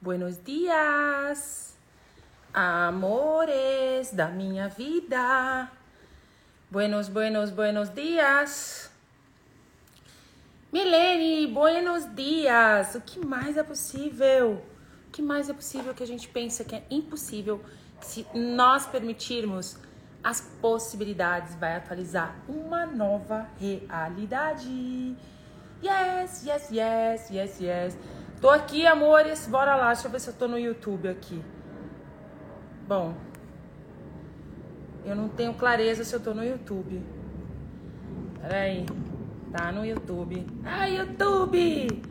Buenos dias, amores da minha vida. Buenos dias. Milene, buenos dias. O que mais é possível? O que mais é possível que a gente pensa que é impossível? Se nós permitirmos, as possibilidades vai atualizar uma nova realidade. Yes, yes, yes, yes, yes. Tô aqui, amores. Bora lá, deixa eu ver se eu tô no YouTube aqui. Bom, eu não tenho clareza se eu tô no YouTube. Peraí. Tá no YouTube. Ai, YouTube!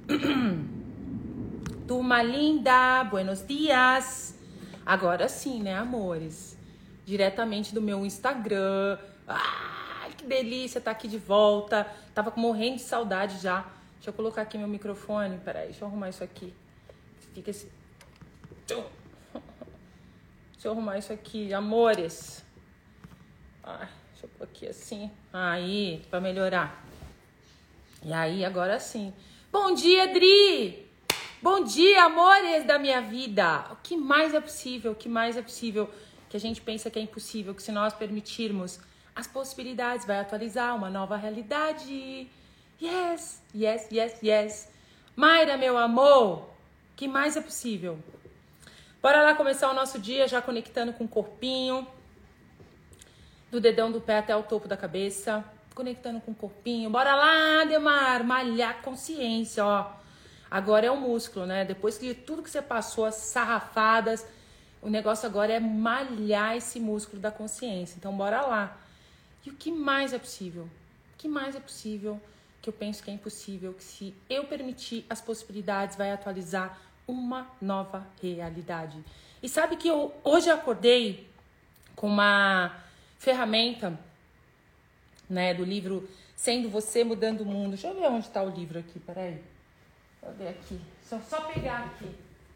Turma linda, buenos dias. Agora sim, né, amores? Diretamente do meu Instagram. Ai, que delícia tá aqui de volta. Tava morrendo de saudade já. Deixa eu colocar aqui meu microfone. Peraí, deixa eu arrumar isso aqui. Fica esse... Deixa eu arrumar isso aqui, amores. Ai, deixa eu pôr aqui assim. Aí, pra melhorar. E aí, agora sim. Bom dia, Dri! Bom dia, amores da minha vida! O que mais é possível? O que mais é possível que a gente pensa que é impossível? Que se nós permitirmos, as possibilidades vai atualizar uma nova realidade. Yes, yes, yes, yes. Mayra, meu amor, o que mais é possível? Bora lá começar o nosso dia já conectando com o corpinho. Do dedão do pé até o topo da cabeça. Conectando com o corpinho. Bora lá, Demar, malhar consciência, ó. Agora é o músculo, né? Depois de tudo que você passou, as sarrafadas, o negócio agora é malhar esse músculo da consciência. Então, bora lá. E o que mais é possível? O que mais é possível que eu penso que é impossível? Que se eu permitir, as possibilidades vai atualizar uma nova realidade. E sabe que hoje eu acordei com uma ferramenta, né, do livro Sendo Você Mudando o Mundo. Deixa eu ver onde está o livro aqui, peraí. Deixa eu ver aqui. Só pegar aqui.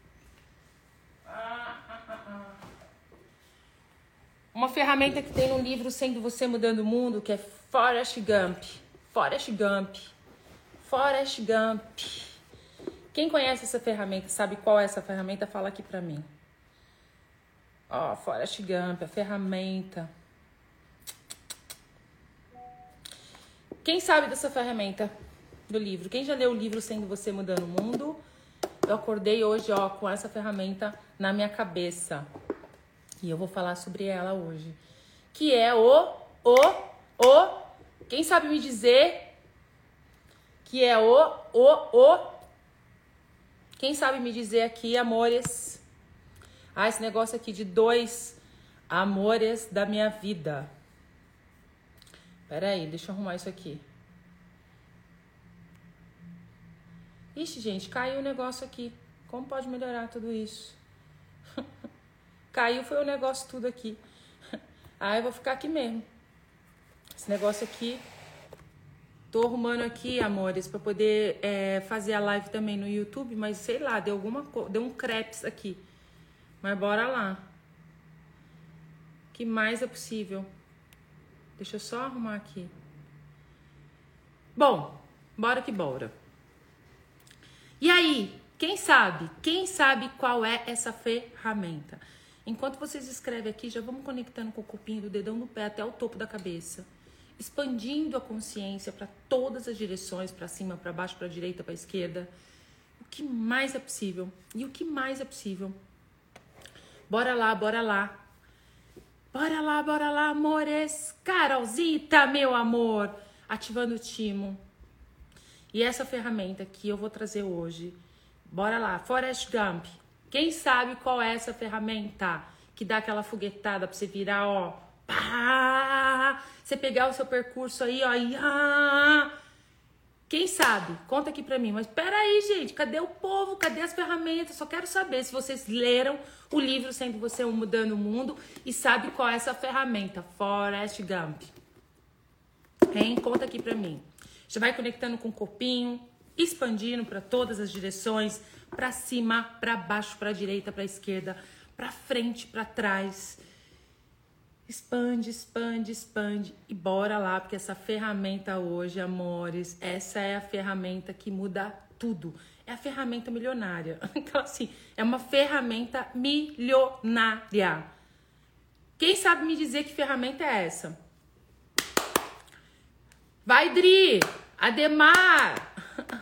Uma ferramenta que tem no livro Sendo Você Mudando o Mundo, que é Forrest Gump. Forrest Gump. Forrest Gump. Quem conhece essa ferramenta, sabe qual é essa ferramenta, fala aqui pra mim. Ó, Forrest Gump, a ferramenta. Quem sabe dessa ferramenta do livro? Quem já leu o livro Sendo Você Mudando o Mundo? Eu acordei hoje, ó, com essa ferramenta na minha cabeça. E eu vou falar sobre ela hoje. Que é quem sabe me dizer? Que é Quem sabe me dizer aqui, amores? Ah, esse negócio aqui de 2 amores da minha vida. Pera aí, deixa eu arrumar isso aqui. Ixi, gente, caiu o negócio aqui. Como pode melhorar tudo isso? Caiu foi o negócio tudo aqui. Ah, eu vou ficar aqui mesmo. Esse negócio aqui. Tô arrumando aqui, amores, pra poder fazer a live também no YouTube. Mas sei lá, deu um creps aqui. Mas bora lá. O que mais é possível? Deixa eu só arrumar aqui. Bom, bora que bora. E aí, quem sabe? Quem sabe qual é essa ferramenta? Enquanto vocês escrevem aqui, já vamos conectando com o corpinho do dedão do pé até o topo da cabeça. Expandindo a consciência para todas as direções, para cima, para baixo, para direita, para esquerda. O que mais é possível? E o que mais é possível? Bora lá, bora lá. Bora lá, amores. Carolzita, meu amor. Ativando o timo. E essa ferramenta que eu vou trazer hoje. Bora lá, Forrest Gump. Quem sabe qual é essa ferramenta que dá aquela foguetada pra você virar, ó. Pá! Você pegar o seu percurso aí, ó. E, quem sabe? Conta aqui pra mim. Mas peraí, gente. Cadê o povo? Cadê as ferramentas? Só quero saber se vocês leram o livro Sendo Você Mudando o Mundo e sabe qual é essa ferramenta. Forrest Gump. Hein? Conta aqui pra mim. Já vai conectando com o corpinho, expandindo para todas as direções, para cima, para baixo, para direita, para esquerda, para frente, para trás. Expande, expande, expande. E bora lá, porque essa ferramenta hoje, amores, essa é a ferramenta que muda tudo. É a ferramenta milionária. Então, assim, é uma ferramenta milionária. Quem sabe me dizer que ferramenta é essa? Vai, Dri! Ademar!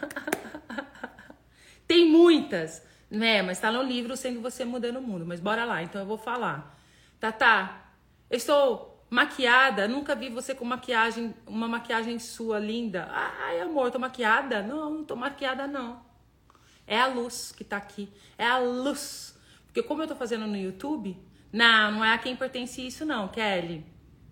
Tem muitas, né? Mas tá no livro Sendo Você Mudando o Mundo. Mas bora lá, então eu vou falar. Tatá, eu estou maquiada, nunca vi você com maquiagem, uma maquiagem sua linda. Ai, amor, tô maquiada? Não tô maquiada, não. É a luz que tá aqui. É a luz. Porque como eu tô fazendo no YouTube, não é a quem pertence isso, não, Kelly.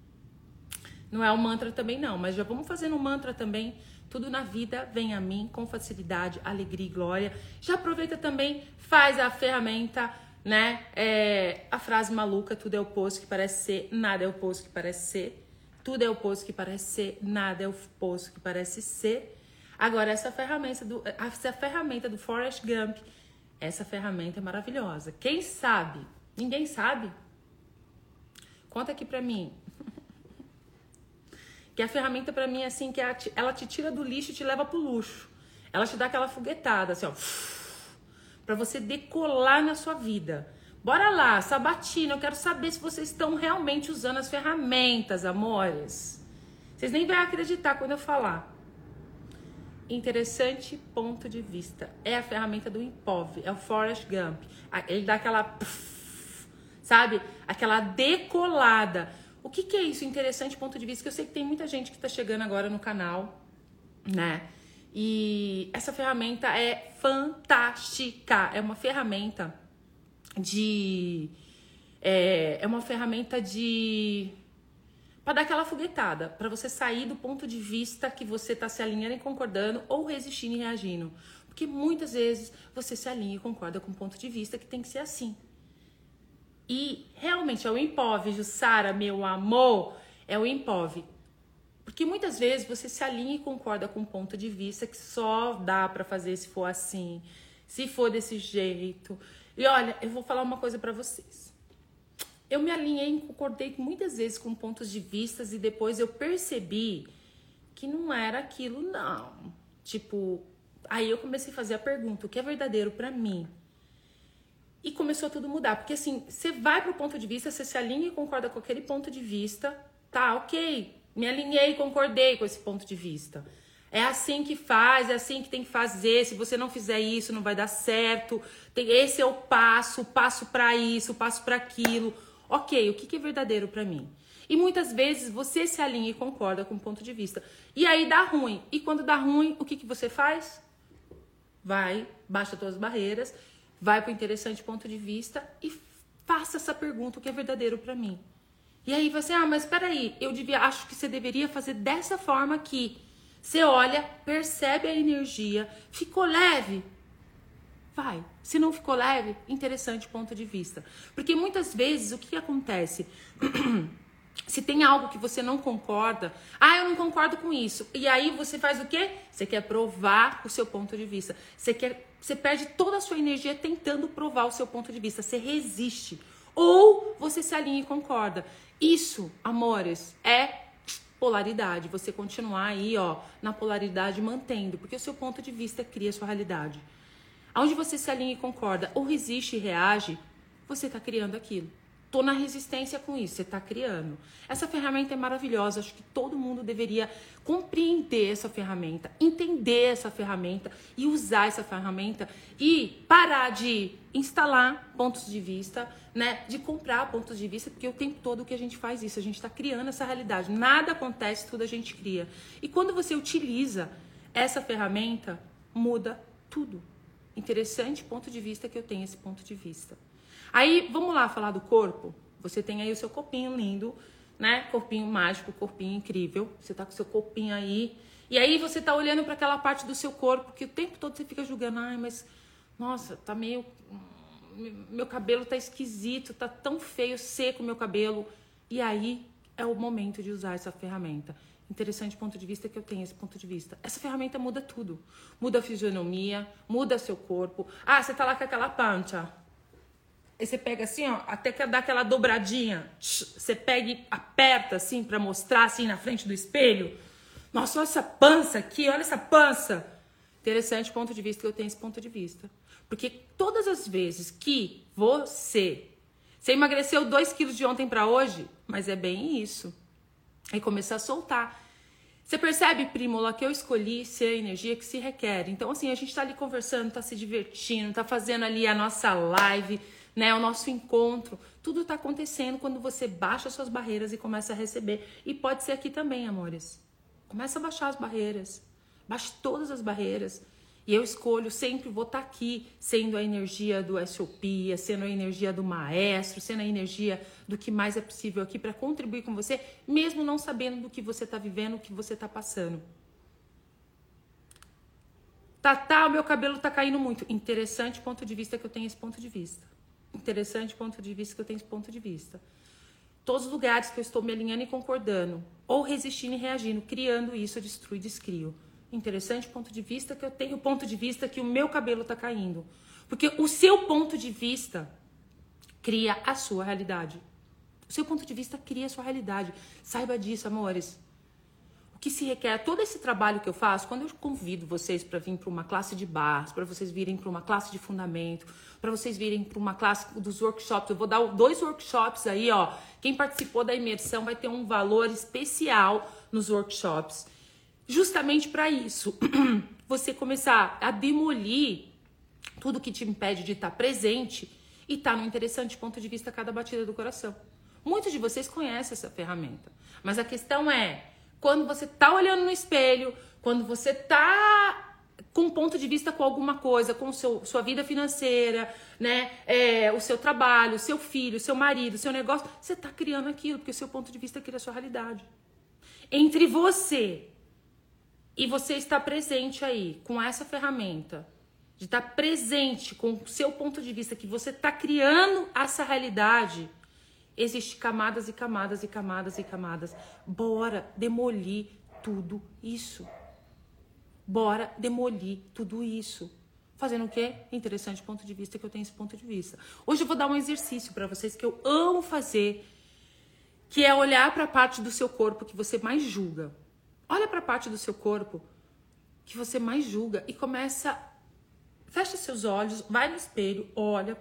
Não é o mantra também, não. Mas já vamos fazendo um mantra também. Tudo na vida vem a mim com facilidade, alegria e glória. Já aproveita também, faz a ferramenta, né? A frase maluca, tudo é o oposto que parece ser, nada é o oposto que parece ser. Tudo é o oposto que parece ser, nada é o oposto que parece ser. Agora, essa ferramenta do Forrest Gump, essa ferramenta é maravilhosa. Quem sabe? Ninguém sabe? Conta aqui pra mim. Que a ferramenta pra mim é assim, que ela te tira do lixo e te leva pro luxo. Ela te dá aquela foguetada, assim, ó. Pra você decolar na sua vida. Bora lá, sabatina, eu quero saber se vocês estão realmente usando as ferramentas, amores. Vocês nem vão acreditar quando eu falar. Interessante ponto de vista. É a ferramenta do Impov, é o Forrest Gump. Ele dá aquela, sabe? Aquela decolada. O que é isso? Interessante ponto de vista, que eu sei que tem muita gente que tá chegando agora no canal, né? E essa ferramenta é fantástica. É uma ferramenta de... É uma ferramenta de... Pra dar aquela foguetada, pra você sair do ponto de vista que você tá se alinhando e concordando ou resistindo e reagindo. Porque muitas vezes você se alinha e concorda com o ponto de vista que tem que ser assim. E realmente é o Impov, Jussara, meu amor, é o Impov. Porque muitas vezes você se alinha e concorda com um ponto de vista que só dá pra fazer se for assim, se for desse jeito. E olha, eu vou falar uma coisa pra vocês. Eu me alinhei e concordei muitas vezes com pontos de vista e depois eu percebi que não era aquilo, não. Tipo, aí eu comecei a fazer a pergunta, o que é verdadeiro pra mim? E começou a tudo mudar, porque assim, você vai pro ponto de vista, você se alinha e concorda com aquele ponto de vista, tá, ok, me alinhei e concordei com esse ponto de vista. É assim que faz, é assim que tem que fazer, se você não fizer isso, não vai dar certo, esse é o passo pra isso, o passo pra aquilo. Ok, o que é verdadeiro pra mim? E muitas vezes você se alinha e concorda com o ponto de vista. E aí dá ruim. E quando dá ruim, o que você faz? Vai, baixa as tuas barreiras, vai pro interessante ponto de vista e faça essa pergunta, o que é verdadeiro pra mim? E aí você, mas peraí, acho que você deveria fazer dessa forma aqui. Você olha, percebe a energia, ficou leve? Vai. Se não ficou leve, interessante ponto de vista. Porque muitas vezes o que acontece? Se tem algo que você não concorda, eu não concordo com isso. E aí você faz o quê? Você quer provar o seu ponto de vista. Você perde toda a sua energia tentando provar o seu ponto de vista. Você resiste. Ou você se alinha e concorda. Isso, amores, é polaridade. Você continuar aí, na polaridade mantendo. Porque o seu ponto de vista cria a sua realidade. Onde você se alinha e concorda, ou resiste e reage, você está criando aquilo. Tô na resistência com isso, você está criando. Essa ferramenta é maravilhosa, acho que todo mundo deveria compreender essa ferramenta, entender essa ferramenta e usar essa ferramenta e parar de instalar pontos de vista, né? De comprar pontos de vista, porque o tempo todo que a gente faz isso, a gente está criando essa realidade. Nada acontece, tudo a gente cria. E quando você utiliza essa ferramenta, muda tudo. Interessante ponto de vista que eu tenho esse ponto de vista. Aí, vamos lá falar do corpo? Você tem aí o seu corpinho lindo, né? Corpinho mágico, corpinho incrível. Você tá com o seu corpinho aí. E aí você tá olhando para aquela parte do seu corpo que o tempo todo você fica julgando. Mas, nossa, tá meio... Meu cabelo tá esquisito, tá tão feio, seco o meu cabelo. E aí é o momento de usar essa ferramenta. Interessante ponto de vista que eu tenho esse ponto de vista. Essa ferramenta muda tudo. Muda a fisionomia, muda seu corpo. Você tá lá com aquela pancha. Aí você pega assim, ó, até que dá aquela dobradinha. Você pega e aperta assim pra mostrar assim na frente do espelho. Nossa, olha essa pança aqui, olha essa pança. Interessante ponto de vista que eu tenho esse ponto de vista. Porque todas as vezes que você emagreceu 2 quilos de ontem pra hoje, mas é bem isso. Aí começar a soltar. Você percebe, Prímula, que eu escolhi ser a energia que se requer. Então, assim, a gente tá ali conversando, tá se divertindo, tá fazendo ali a nossa live, né, o nosso encontro. Tudo tá acontecendo quando você baixa suas barreiras e começa a receber. E pode ser aqui também, amores. Começa a baixar as barreiras. Baixe todas as barreiras. E eu escolho, sempre vou estar aqui, sendo a energia do SOP, sendo a energia do maestro, sendo a energia do que mais é possível aqui para contribuir com você, mesmo não sabendo do que você está vivendo, o que você está passando. Tá, o meu cabelo tá caindo muito. Interessante ponto de vista que eu tenho esse ponto de vista. Interessante ponto de vista que eu tenho esse ponto de vista. Todos os lugares que eu estou me alinhando e concordando, ou resistindo e reagindo, criando isso, eu destruo e descrio. Interessante ponto de vista que eu tenho, ponto de vista que o meu cabelo tá caindo. Porque o seu ponto de vista cria a sua realidade. O seu ponto de vista cria a sua realidade. Saiba disso, amores. O que se requer, todo esse trabalho que eu faço, quando eu convido vocês para vir para uma classe de barras, para vocês virem para uma classe de fundamento, para vocês virem para uma classe dos workshops, eu vou dar 2 workshops aí, ó. Quem participou da imersão vai ter um valor especial nos workshops. Justamente para isso, você começar a demolir tudo que te impede de estar presente e estar no interessante ponto de vista a cada batida do coração. Muitos de vocês conhecem essa ferramenta, mas a questão é, quando você tá olhando no espelho, quando você tá com um ponto de vista com alguma coisa, com sua vida financeira, né, o seu trabalho, o seu filho, o seu marido, o seu negócio, você tá criando aquilo, porque o seu ponto de vista cria a sua realidade. Entre você e você está presente aí com essa ferramenta, de estar presente com o seu ponto de vista, que você está criando essa realidade, existem camadas e camadas e camadas e camadas. Bora demolir tudo isso. Bora demolir tudo isso. Fazendo o quê? Interessante ponto de vista que eu tenho esse ponto de vista. Hoje eu vou dar um exercício para vocês que eu amo fazer, que é olhar para a parte do seu corpo que você mais julga. Olha para a parte do seu corpo que você mais julga e começa, fecha seus olhos, vai no espelho, olha,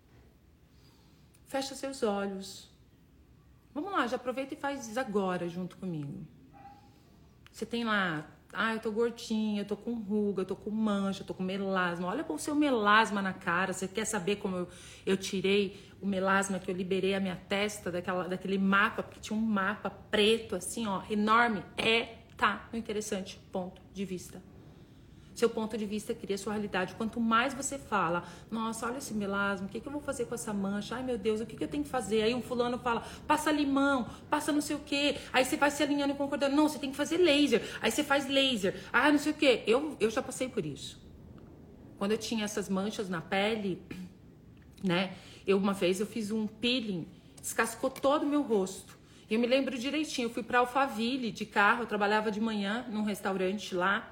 fecha seus olhos. Vamos lá, já aproveita e faz isso agora junto comigo. Você tem lá, eu tô gordinha, eu tô com ruga, eu tô com mancha, eu tô com melasma. Olha para o seu melasma na cara. Você quer saber como eu tirei o melasma, que eu liberei a minha testa daquele mapa, porque tinha um mapa preto assim, ó, enorme. Tá no interessante ponto de vista. Seu ponto de vista cria sua realidade. Quanto mais você fala, nossa, olha esse melasma, o que eu vou fazer com essa mancha? Ai, meu Deus, o que eu tenho que fazer? Aí um fulano fala, passa limão, passa não sei o quê. Aí você vai se alinhando e concordando. Não, você tem que fazer laser. Aí você faz laser. Ah, não sei o quê. Eu já passei por isso. Quando eu tinha essas manchas na pele, né? Uma vez eu fiz um peeling, descascou todo o meu rosto. Eu me lembro direitinho, eu fui para Alphaville de carro, eu trabalhava de manhã num restaurante lá.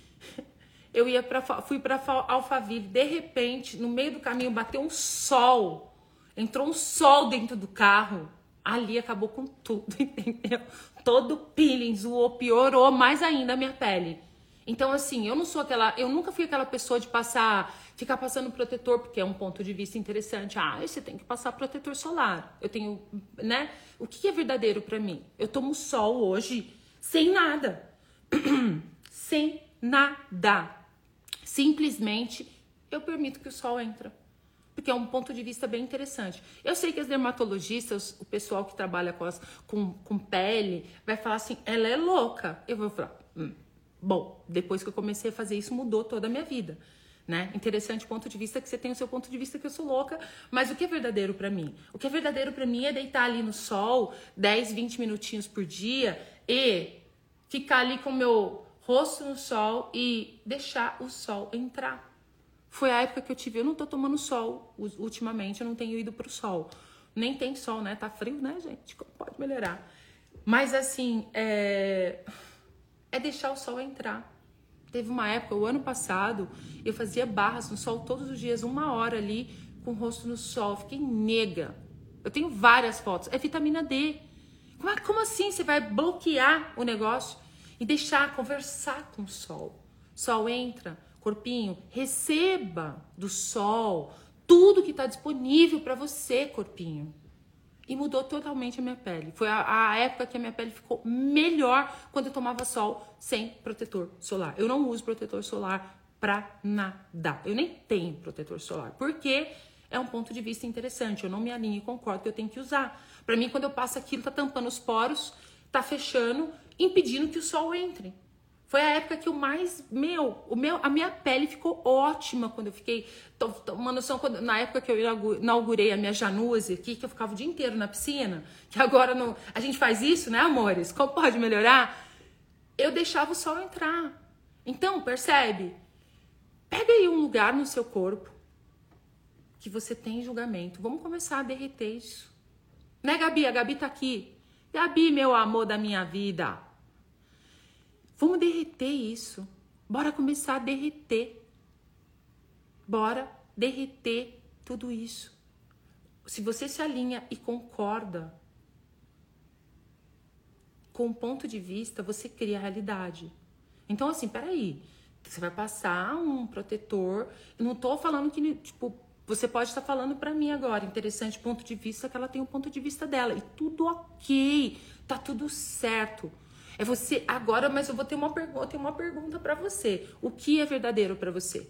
Fui para Alphaville, de repente, no meio do caminho bateu um sol. Entrou um sol dentro do carro. Ali acabou com tudo, entendeu? Todo o peeling zoou, piorou mais ainda a minha pele. Então, assim, eu nunca fui aquela pessoa de ficar passando protetor, porque é um ponto de vista interessante. Você tem que passar protetor solar. Eu tenho, né? O que é verdadeiro pra mim? Eu tomo sol hoje sem nada. Sem nada. Simplesmente eu permito que o sol entre. Porque é um ponto de vista bem interessante. Eu sei que as dermatologistas, o pessoal que trabalha com pele, vai falar assim, ela é louca. Eu vou falar, bom, depois que eu comecei a fazer isso, mudou toda a minha vida, né? Interessante ponto de vista que você tem o seu ponto de vista que eu sou louca, mas o que é verdadeiro pra mim? O que é verdadeiro pra mim é deitar ali no sol 10, 20 minutinhos por dia e ficar ali com o meu rosto no sol e deixar o sol entrar. Foi a época que eu não tô tomando sol ultimamente, eu não tenho ido pro sol. Nem tem sol, né? Tá frio, né, gente? Como pode melhorar? Mas assim, é deixar o sol entrar. Teve uma época, o ano passado, eu fazia barras no sol todos os dias, 1 hora ali, com o rosto no sol, fiquei nega. Eu tenho várias fotos. É vitamina D. Como assim você vai bloquear o negócio e deixar conversar com o sol? Sol entra, corpinho, receba do sol tudo que está disponível para você, corpinho. E mudou totalmente a minha pele. Foi a época que a minha pele ficou melhor quando eu tomava sol sem protetor solar. Eu não uso protetor solar pra nada. Eu nem tenho protetor solar. Porque é um ponto de vista interessante. Eu não me alinho e concordo que eu tenho que usar. Pra mim, quando eu passo aquilo, tá tampando os poros, tá fechando, impedindo que o sol entre. Foi a época que eu mais... a minha pele ficou ótima quando eu fiquei... Uma noção, na época que eu inaugurei a minha jacuzzi aqui, que eu ficava o dia inteiro na piscina, que agora não, a gente faz isso, né, amores? Como pode melhorar? Eu deixava o sol entrar. Então, percebe? Pega aí um lugar no seu corpo que você tem julgamento. Vamos começar a derreter isso. Né, Gabi? A Gabi tá aqui. Gabi, meu amor da minha vida. Vamos derreter isso. Bora começar a derreter. Bora derreter tudo isso. Se você se alinha e concorda com o ponto de vista, você cria a realidade. Então, assim, peraí. Você vai passar um protetor. Eu não tô falando que, tipo, você pode estar falando pra mim agora. Interessante ponto de vista, que ela tem o ponto de vista dela. E tudo ok. Tá tudo certo. É você agora, mas eu vou ter uma pergunta para você. O que é verdadeiro para você?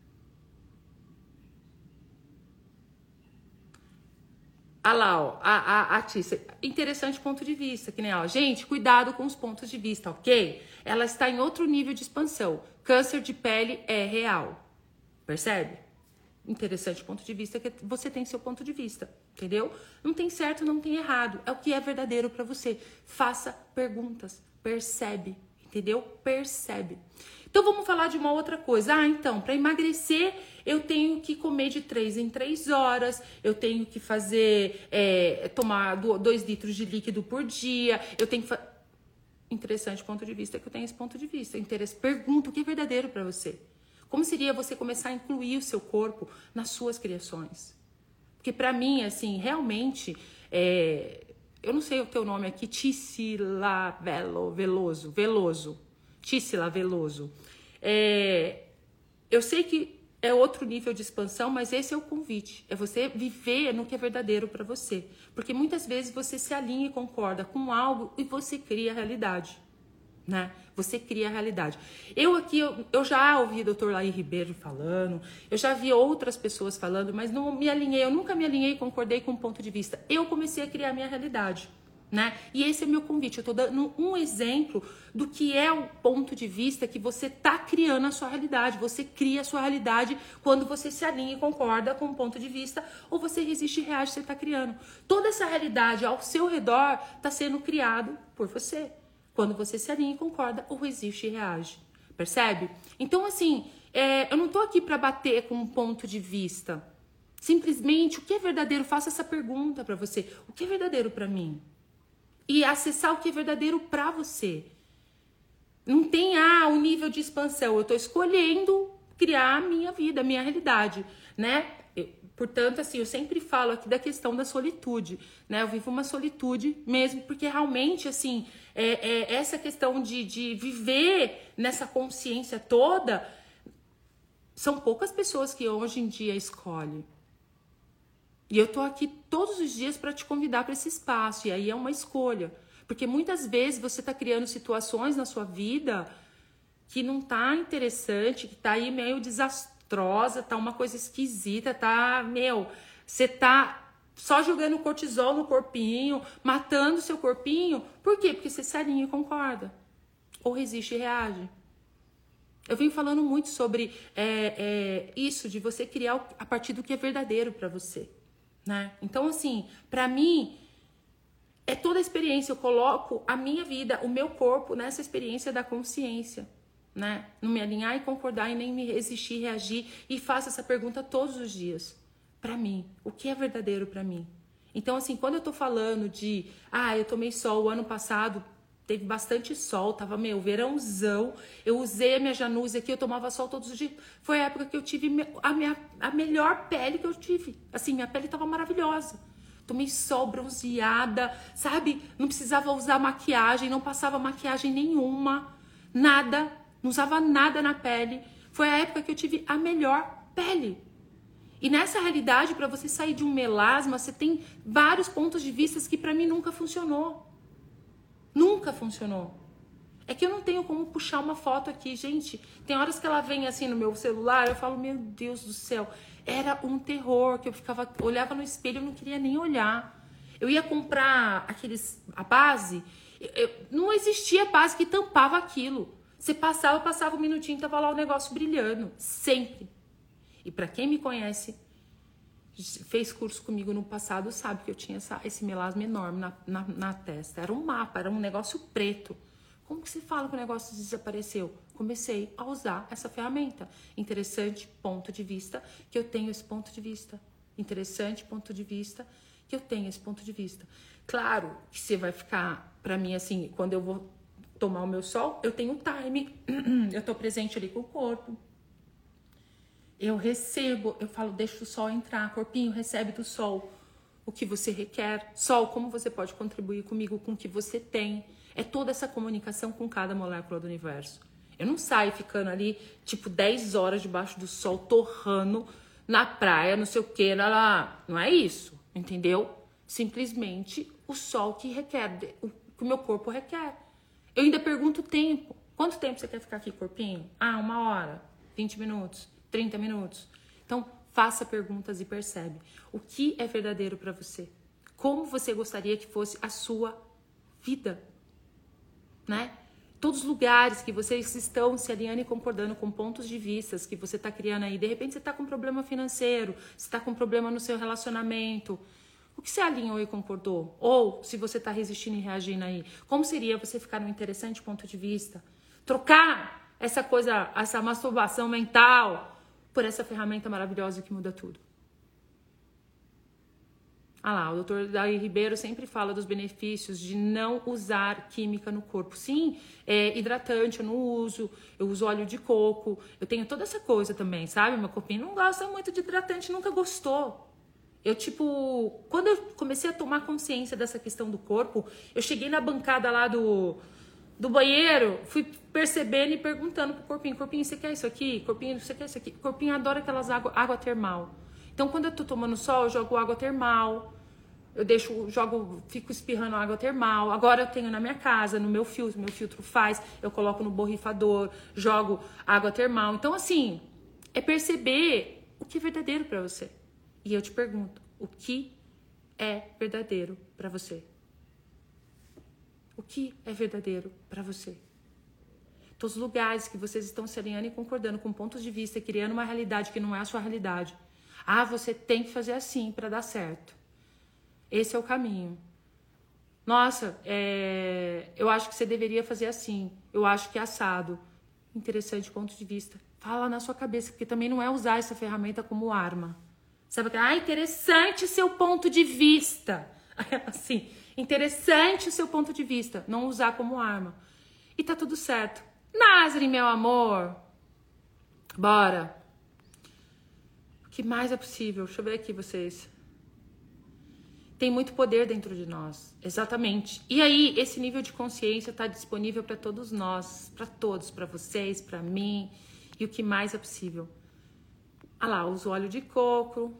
Ah lá, ó, a Tícia. Interessante ponto de vista, que nem, ó, gente, cuidado com os pontos de vista, ok? Ela está em outro nível de expansão. Câncer de pele é real. Percebe? Interessante ponto de vista, que você tem seu ponto de vista, entendeu? Não tem certo, não tem errado. É o que é verdadeiro para você. Faça perguntas. Percebe, entendeu? Percebe. Então vamos falar de uma outra coisa. Ah, então, para emagrecer eu tenho que comer de 3 em 3 horas, eu tenho que fazer, tomar 2 litros de líquido por dia, eu tenho que... Interessante ponto de vista, que eu tenho esse ponto de vista. Pergunta o que é verdadeiro para você. Como seria você começar a incluir o seu corpo nas suas criações? Porque para mim, assim, realmente... eu não sei o teu nome aqui, Tícila Veloso. Tícila Veloso. Eu sei que é outro nível de expansão, mas esse é o convite. É você viver no que é verdadeiro para você. Porque muitas vezes você se alinha e concorda com algo e você cria a realidade. Né? Você cria a realidade. Eu já ouvi o Dr. Laí Ribeiro falando, eu já vi outras pessoas falando, mas não me alinhei, eu nunca me alinhei e concordei com um ponto de vista. Eu comecei a criar a minha realidade, né? E esse é meu convite. Eu tô dando um exemplo do que é o ponto de vista que você tá criando a sua realidade. Você cria a sua realidade quando você se alinha e concorda com um ponto de vista, ou você resiste e reage, você tá criando. Toda essa realidade ao seu redor tá sendo criado por você. Quando você se alinha e concorda, ou resiste e reage. Percebe? Então, assim, eu não tô aqui para bater com um ponto de vista. Simplesmente, o que é verdadeiro? Faça essa pergunta para você. O que é verdadeiro para mim? E acessar o que é verdadeiro para você. Não tem, o nível de expansão. Eu tô escolhendo criar a minha vida, a minha realidade, né? Portanto, assim, eu sempre falo aqui da questão da solitude, né? Eu vivo uma solitude mesmo, porque realmente, assim, essa questão de viver nessa consciência toda, são poucas pessoas que hoje em dia escolhem. E eu tô aqui todos os dias para te convidar para esse espaço, e aí é uma escolha. Porque muitas vezes você tá criando situações na sua vida que não tá interessante, que tá aí meio desastrosa, tá uma coisa esquisita, tá, você tá só jogando cortisol no corpinho, matando seu corpinho. Por quê? Porque você se alinha e concorda. Ou resiste e reage. Eu venho falando muito sobre isso, de você criar a partir do que é verdadeiro pra você, né? Então, assim, pra mim, é toda a experiência. Eu coloco a minha vida, o meu corpo nessa experiência da consciência. Né? Não me alinhar e concordar e nem me resistir, reagir, e faço essa pergunta todos os dias. Pra mim, o que é verdadeiro pra mim? Então, assim, quando eu tô falando de, eu tomei sol o ano passado, teve bastante sol, tava, verãozão. Eu usei a minha Januse aqui, eu tomava sol todos os dias. Foi a época que eu tive a melhor pele que eu tive. Assim, minha pele tava maravilhosa. Tomei sol, bronzeada, sabe? Não precisava usar maquiagem, não passava maquiagem nenhuma, nada, não usava nada na pele. Foi a época que eu tive a melhor pele. E nessa realidade, para você sair de um melasma, você tem vários pontos de vista que para mim nunca funcionou. Nunca funcionou. É que eu não tenho como puxar uma foto aqui, gente. Tem horas que ela vem assim no meu celular, eu falo, meu Deus do céu. Era um terror, que eu olhava no espelho, eu não queria nem olhar. Eu ia comprar a base, não existia base que tampava aquilo. Você passava um minutinho, tava lá o negócio brilhando. Sempre. E para quem me conhece, fez curso comigo no passado, sabe que eu tinha esse melasma enorme na testa. Era um mapa, era um negócio preto. Como que se fala que o negócio desapareceu? Comecei a usar essa ferramenta. Interessante ponto de vista que eu tenho esse ponto de vista. Interessante ponto de vista que eu tenho esse ponto de vista. Claro que você vai ficar, para mim, assim, quando eu vou tomar o meu sol, eu tenho time. Eu tô presente ali com o corpo. Eu recebo, eu falo, deixa o sol entrar, corpinho, recebe do sol o que você requer. Sol, como você pode contribuir comigo com o que você tem. É toda essa comunicação com cada molécula do universo. Eu não saio ficando ali, tipo, 10 horas debaixo do sol, torrando na praia, não sei o que, lá. Não é isso, entendeu? Simplesmente o sol que requer, o que o meu corpo requer. Eu ainda pergunto o tempo. Quanto tempo você quer ficar aqui, corpinho? 1 hora, 20 minutos. 30 minutos. Então, faça perguntas e percebe o que é verdadeiro para você. Como você gostaria que fosse a sua vida, né? Todos os lugares que vocês estão se alinhando e concordando com pontos de vista que você está criando aí. De repente, você está com um problema financeiro, você está com um problema no seu relacionamento. O que você alinhou e concordou? Ou, se você está resistindo e reagindo aí, como seria você ficar num interessante ponto de vista? Trocar essa coisa, essa masturbação mental por essa ferramenta maravilhosa que muda tudo. O doutor Daí Ribeiro sempre fala dos benefícios de não usar química no corpo. Sim, hidratante eu não uso, eu uso óleo de coco, eu tenho toda essa coisa também, sabe? Meu corpinho não gosta muito de hidratante, nunca gostou. Quando eu comecei a tomar consciência dessa questão do corpo, eu cheguei na bancada lá do banheiro, fui percebendo e perguntando pro corpinho, você quer isso aqui? Corpinho, você quer isso aqui? Corpinho adora aquelas água termal. Então, quando eu tô tomando sol, eu jogo água termal, fico espirrando água termal. Agora eu tenho na minha casa, no meu filtro faz, eu coloco no borrifador, jogo água termal. Então, assim, é perceber o que é verdadeiro para você. E eu te pergunto, o que é verdadeiro para você? O que é verdadeiro para você? Todos os lugares que vocês estão se alinhando e concordando com pontos de vista, criando uma realidade que não é a sua realidade. Você tem que fazer assim para dar certo. Esse é o caminho. Nossa, eu acho que você deveria fazer assim. Eu acho que é assado. Interessante ponto de vista. Fala na sua cabeça, porque também não é usar essa ferramenta como arma. Sabe? Interessante seu ponto de vista. Assim, interessante o seu ponto de vista. Não usar como arma. E tá tudo certo. Nazaré, meu amor. Bora. O que mais é possível? Deixa eu ver aqui vocês. Tem muito poder dentro de nós. Exatamente. E aí, esse nível de consciência está disponível para todos nós. Para todos. Para vocês, para mim. E o que mais é possível? Uso óleo de coco.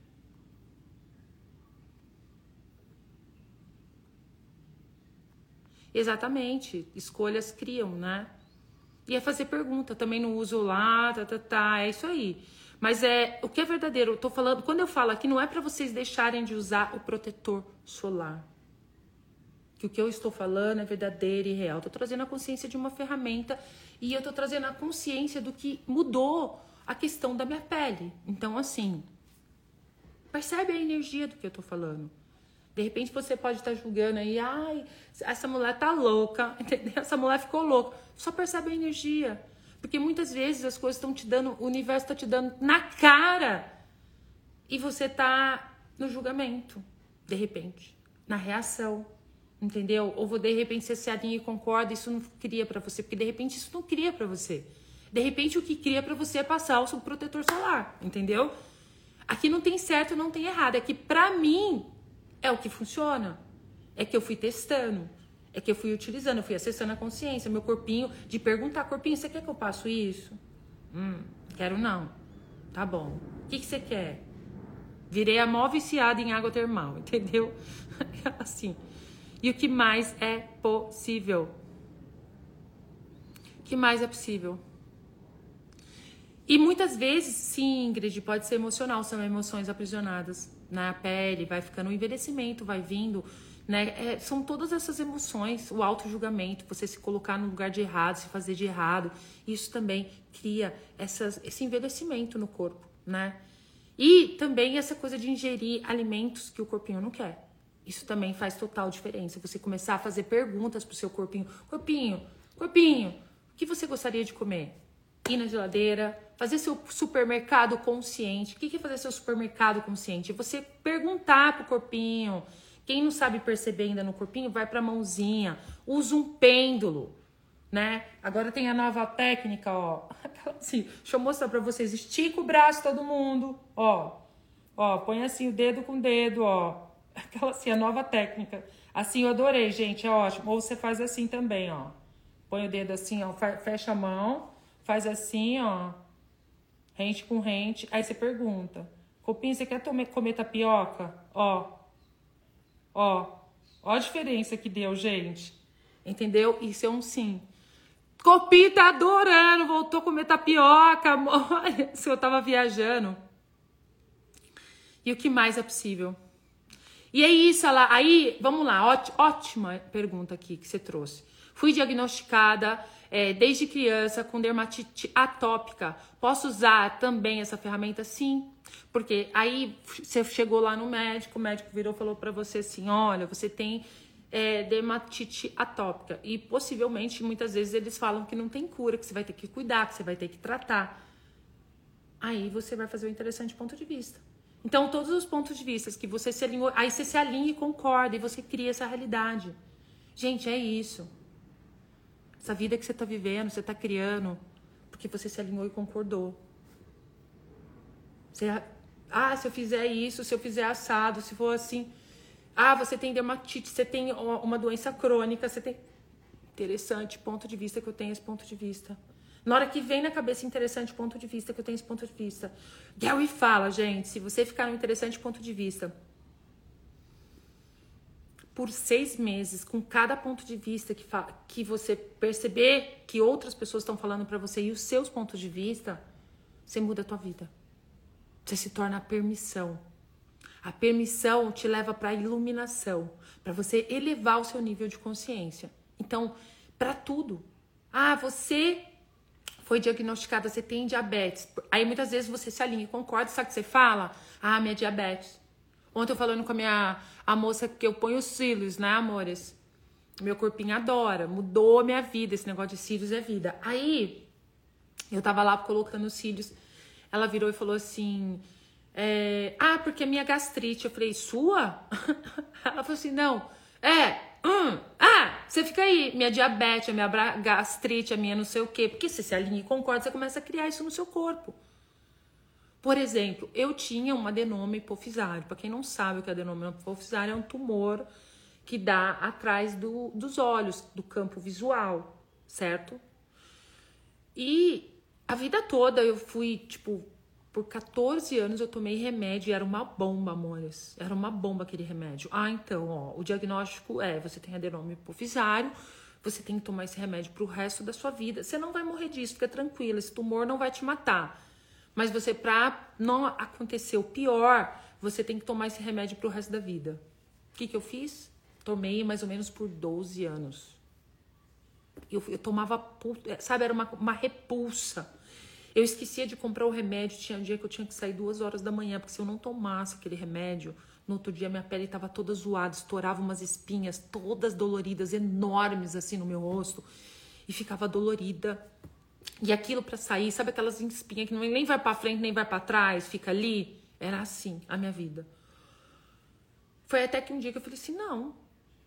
Exatamente. Escolhas criam, né? E é fazer pergunta. Também não uso lá, é isso aí. Mas o que é verdadeiro? Eu tô falando, quando eu falo aqui, não é para vocês deixarem de usar o protetor solar. Que o que eu estou falando é verdadeiro e real. Tô trazendo a consciência de uma ferramenta e eu tô trazendo a consciência do que mudou a questão da minha pele. Então, assim, percebe a energia do que eu tô falando. De repente você pode estar julgando aí, essa mulher tá louca, entendeu? Essa mulher ficou louca. Só percebe a energia. Porque muitas vezes as coisas estão te dando, o universo está te dando na cara. E você tá no julgamento, de repente, na reação. Entendeu? Ou de repente você se alinha e concorda, isso não cria pra você, porque de repente isso não cria pra você. De repente o que cria pra você é passar o seu protetor solar, entendeu? Aqui não tem certo, não tem errado, é que pra mim é o que funciona. É que eu fui testando, é que eu fui utilizando, eu fui acessando a consciência, meu corpinho, de perguntar, corpinho, você quer que eu passo isso? Quero não. Tá bom. O que você quer? Virei a mó viciada em água termal, entendeu? Assim. E o que mais é possível? O que mais é possível? E muitas vezes, sim, Ingrid, pode ser emocional, são emoções aprisionadas na pele, vai ficando o envelhecimento, vai vindo, né? São todas essas emoções, o auto-julgamento, você se colocar no lugar de errado, se fazer de errado, isso também cria esse envelhecimento no corpo, né? E também essa coisa de ingerir alimentos que o corpinho não quer. Isso também faz total diferença. Você começar a fazer perguntas pro seu corpinho. Corpinho, o que você gostaria de comer? Ir na geladeira, fazer seu supermercado consciente. O que é fazer seu supermercado consciente? É você perguntar pro corpinho. Quem não sabe perceber ainda no corpinho, vai pra mãozinha. Usa um pêndulo, né? Agora tem a nova técnica, ó. Assim, deixa eu mostrar pra vocês. Estica o braço, todo mundo, ó. Ó, põe assim o dedo com o dedo, ó. Aquela assim, a nova técnica. Assim, eu adorei, gente, é ótimo. Ou você faz assim também, ó. Põe o dedo assim, ó, fecha a mão, faz assim, ó. Rente com rente. Aí você pergunta. Copinho, você quer comer tapioca? Ó. Ó. Ó a diferença que deu, gente. Entendeu? Isso é um sim. Copinho tá adorando, voltou a comer tapioca. Olha, se eu tava viajando. E o que mais é possível? E é isso, aí, vamos lá, ótima pergunta aqui que você trouxe. Fui diagnosticada desde criança com dermatite atópica. Posso usar também essa ferramenta? Sim. Porque aí você chegou lá no médico, o médico virou e falou pra você assim, olha, você tem dermatite atópica. E possivelmente, muitas vezes, eles falam que não tem cura, que você vai ter que cuidar, que você vai ter que tratar. Aí você vai fazer um interessante ponto de vista. Então, todos os pontos de vista que você se alinhou, aí você se alinha e concorda, e você cria essa realidade. Gente, é isso. Essa vida que você tá vivendo, você tá criando, porque você se alinhou e concordou. Se eu fizer isso, se eu fizer assado, se for assim... você tem dermatite, você tem uma doença crônica, você tem... Interessante ponto de vista que eu tenho esse ponto de vista. Na hora que vem na cabeça interessante ponto de vista, que eu tenho esse ponto de vista. Gary fala, gente, se você ficar no interessante ponto de vista por 6 meses, com cada ponto de vista que você perceber que outras pessoas estão falando pra você e os seus pontos de vista, você muda a tua vida. Você se torna a permissão. A permissão te leva pra iluminação, pra você elevar o seu nível de consciência. Então, pra tudo. Você... foi diagnosticada, você tem diabetes. Aí muitas vezes você se alinha e concorda, sabe o que você fala? Minha diabetes. Ontem eu falando com a moça que eu ponho os cílios, né, amores? Meu corpinho adora, mudou a minha vida, esse negócio de cílios é vida. Aí, eu tava lá colocando os cílios, ela virou e falou assim, porque é minha gastrite. Eu falei, sua? Ela falou assim, não, você fica aí, minha diabetes, a minha gastrite, a minha não sei o quê. Porque você se alinha e concorda, você começa a criar isso no seu corpo. Por exemplo, eu tinha um adenoma hipofisário. Para quem não sabe o que é adenoma hipofisário, é um tumor que dá atrás dos olhos, do campo visual, certo? E a vida toda eu fui, por 14 anos eu tomei remédio e era uma bomba, amores. Era uma bomba aquele remédio. Então, o diagnóstico você tem adenoma hipofisário, você tem que tomar esse remédio pro resto da sua vida. Você não vai morrer disso, fica tranquila, esse tumor não vai te matar. Mas pra não acontecer o pior, você tem que tomar esse remédio pro resto da vida. O que eu fiz? Tomei mais ou menos por 12 anos. Eu tomava, sabe, era uma repulsa. Eu esquecia de comprar o remédio, tinha um dia que eu tinha que sair 2 horas da manhã, porque se eu não tomasse aquele remédio, no outro dia minha pele estava toda zoada, estourava umas espinhas todas doloridas, enormes assim no meu rosto, e ficava dolorida. E aquilo pra sair, sabe aquelas espinhas que nem vai pra frente, nem vai pra trás, fica ali? Era assim a minha vida. Foi até que um dia que eu falei assim, não,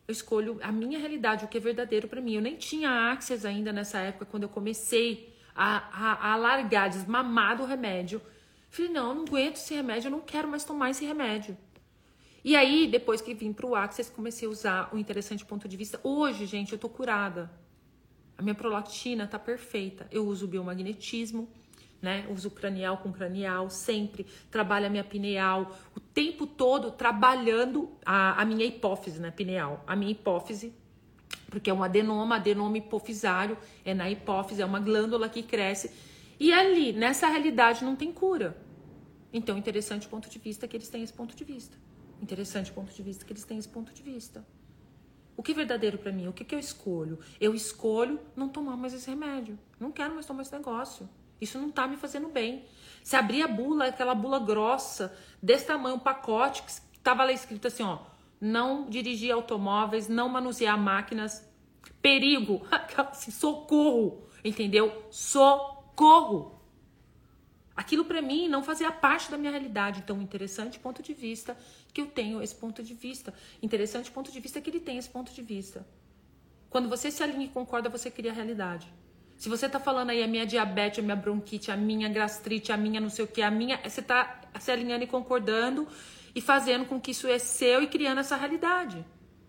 Eu escolho a minha realidade, o que é verdadeiro para mim. Eu nem tinha Access ainda nessa época, quando eu comecei a largar, desmamar do remédio. Falei, não, eu não aguento esse remédio, eu não quero mais tomar esse remédio. E aí, depois que vim pro Access, comecei a usar o interessante ponto de vista. Hoje, gente, eu tô curada. A minha prolactina tá perfeita. Eu uso biomagnetismo, né? Eu uso cranial com cranial, sempre. Trabalho a minha pineal, o tempo todo trabalhando a minha hipófise, né? Pineal. A minha hipófise, porque é um adenoma hipofisário, é na hipófise, é uma glândula que cresce. E ali, nessa realidade, não tem cura. Então, interessante ponto de vista que eles têm esse ponto de vista. Interessante ponto de vista que eles têm esse ponto de vista. O que é verdadeiro pra mim? O que eu escolho? Eu escolho não tomar mais esse remédio. Não quero mais tomar esse negócio. Isso não tá me fazendo bem. Se abrir a bula, aquela bula grossa, desse tamanho, um pacote, que tava lá escrito assim, ó, não dirigir automóveis, não manusear máquinas, perigo, assim, socorro, entendeu? Socorro. Aquilo pra mim não fazia parte da minha realidade. Então, interessante ponto de vista que eu tenho esse ponto de vista. Interessante ponto de vista que ele tem esse ponto de vista. Quando você se alinha e concorda, você cria a realidade. Se você tá falando aí a minha diabetes, a minha bronquite, a minha gastrite, a minha não sei o que, a minha... Você tá se alinhando e concordando e fazendo com que isso é seu e criando essa realidade.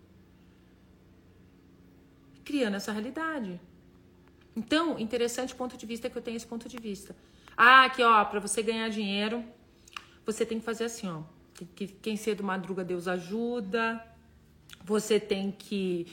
Criando essa realidade. Então, interessante ponto de vista que eu tenho esse ponto de vista. Ah, aqui ó, pra você ganhar dinheiro, você tem que fazer assim, ó. Quem cedo madruga, Deus ajuda. Você tem que...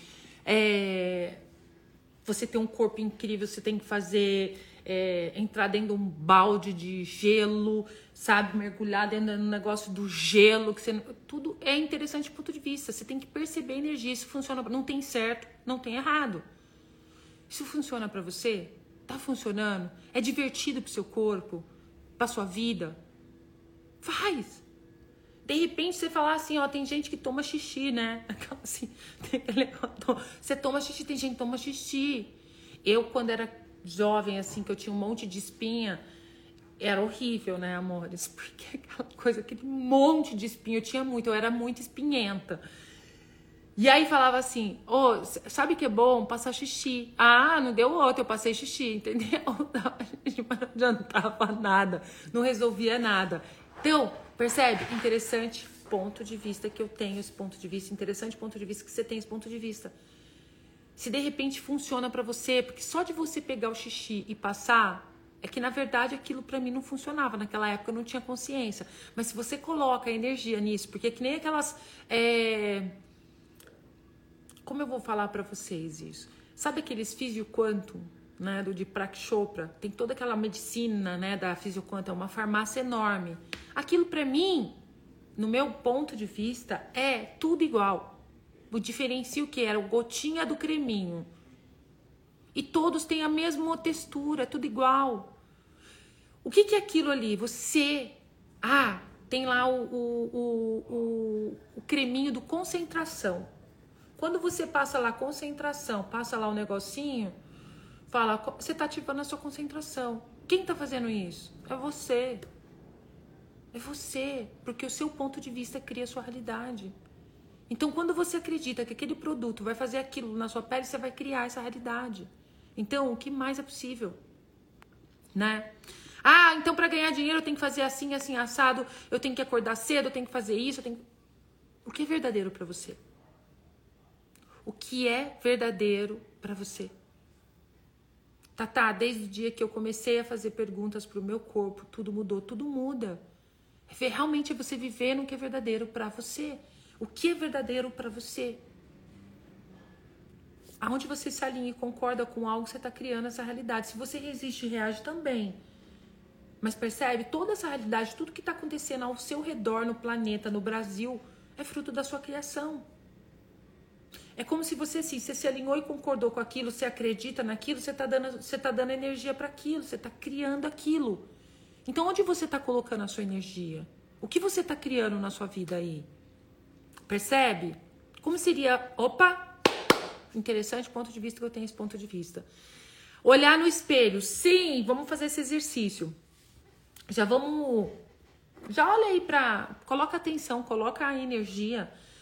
Você tem um corpo incrível, você tem que fazer... entrar dentro de um balde de gelo, sabe? Mergulhar dentro do negócio do gelo. Que você, tudo é interessante do ponto de vista. Você tem que perceber a energia. Isso funciona. Não tem certo, não tem errado. Isso funciona pra você? Tá funcionando? É divertido pro seu corpo? Pra sua vida? Faz! De repente você falar assim, ó, tem gente que toma xixi, né? Assim, você toma xixi, tem gente que toma xixi. Eu, quando era jovem, assim, que eu tinha um monte de espinha, era horrível, né, amores? Porque aquela coisa, aquele monte de espinha, eu tinha muito, eu era muito espinhenta. E aí falava assim, ô, sabe que é bom? Passar xixi. Ah, não deu outro, eu passei xixi, entendeu? Mas não adiantava nada, não resolvia nada. Então, percebe? Interessante ponto de vista que eu tenho esse ponto de vista, interessante ponto de vista que você tem esse ponto de vista. Se de repente funciona pra você, porque só de você pegar o xixi e passar, é que na verdade aquilo pra mim não funcionava, naquela época eu não tinha consciência. Mas se você coloca energia nisso, porque é que nem aquelas... Como eu vou falar pra vocês isso? Sabe aqueles Physioquantum, né, do Deepak Chopra? Tem toda aquela medicina, né, da Physioquantum, é uma farmácia enorme. Aquilo pra mim, no meu ponto de vista, é tudo igual. O diferencio que era o gotinha do creminho. E todos têm a mesma textura, é tudo igual. O que é aquilo ali? Você... Ah, tem lá o creminho do concentração. Quando você passa lá concentração, passa lá o negocinho, fala, você tá ativando a sua concentração. Quem tá fazendo isso? É você. É você. Porque o seu ponto de vista cria a sua realidade. Então, quando você acredita que aquele produto vai fazer aquilo na sua pele, você vai criar essa realidade. Então, o que mais é possível? Né? Ah, então para ganhar dinheiro eu tenho que fazer assim, assim, assado, eu tenho que acordar cedo, eu tenho que fazer isso, eu tenho... O que é verdadeiro para você? O que é verdadeiro para você? Tatá, desde o dia que eu comecei a fazer perguntas pro meu corpo, tudo mudou, tudo muda. Realmente é você viver no que é verdadeiro para você. O que é verdadeiro para você? Aonde você se alinha e concorda com algo, você está criando essa realidade. Se você resiste e reage também. Mas percebe? Toda essa realidade, tudo que está acontecendo ao seu redor, no planeta, no Brasil, é fruto da sua criação. É como se você, assim, você se alinhou e concordou com aquilo, você acredita naquilo, você tá dando energia para aquilo, você está criando aquilo. Então, onde você está colocando a sua energia? O que você está criando na sua vida aí? Percebe? Como seria... Opa! Interessante ponto de vista que eu tenho esse ponto de vista. Olhar no espelho. Sim, vamos fazer esse exercício. Já olha aí coloca atenção, coloca a energia.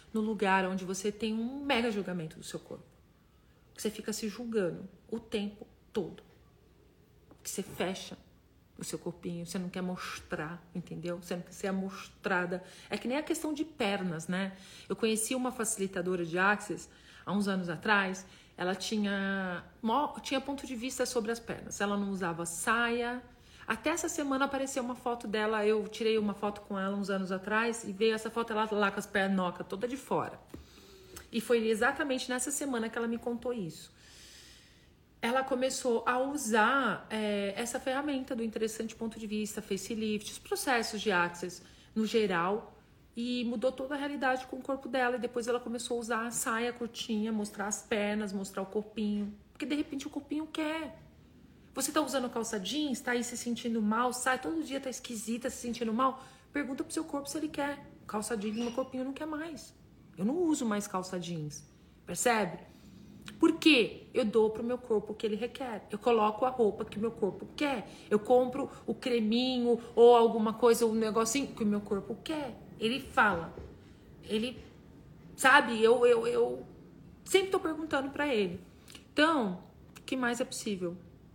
no lugar onde você tem um mega julgamento do seu corpo. Que você fica se julgando o tempo todo. Que você fecha o seu corpinho, você não quer mostrar, entendeu? Você não quer ser mostrada. É que nem a questão de pernas, né? Eu conheci uma facilitadora de Access há uns anos atrás. Ela tinha ponto de vista sobre as pernas. Ela não usava saia. Até essa semana apareceu uma foto dela. Eu tirei uma foto com ela uns anos atrás e veio essa foto ela lá com as pernocas toda de fora. E foi exatamente nessa semana que ela me contou isso. Ela começou a usar essa ferramenta do interessante ponto de vista, facelift, os processos de Access no geral, e mudou toda a realidade com o corpo dela. E depois ela começou a usar a saia curtinha, mostrar as pernas, mostrar o corpinho, porque de repente o corpinho quer. Você tá usando calça jeans, tá aí se sentindo mal, sai todo dia, tá esquisita, se sentindo mal, pergunta pro seu corpo se ele quer. Calça jeans, meu corpinho não quer mais. Eu não uso mais calça jeans, percebe? Por quê? Eu dou pro meu corpo o que ele requer. Eu coloco a roupa que o meu corpo quer. Eu compro o creminho ou alguma coisa, um negocinho que o meu corpo quer. Ele fala. Ele, sabe? Eu sempre tô perguntando pra ele. Então, o que mais é possível?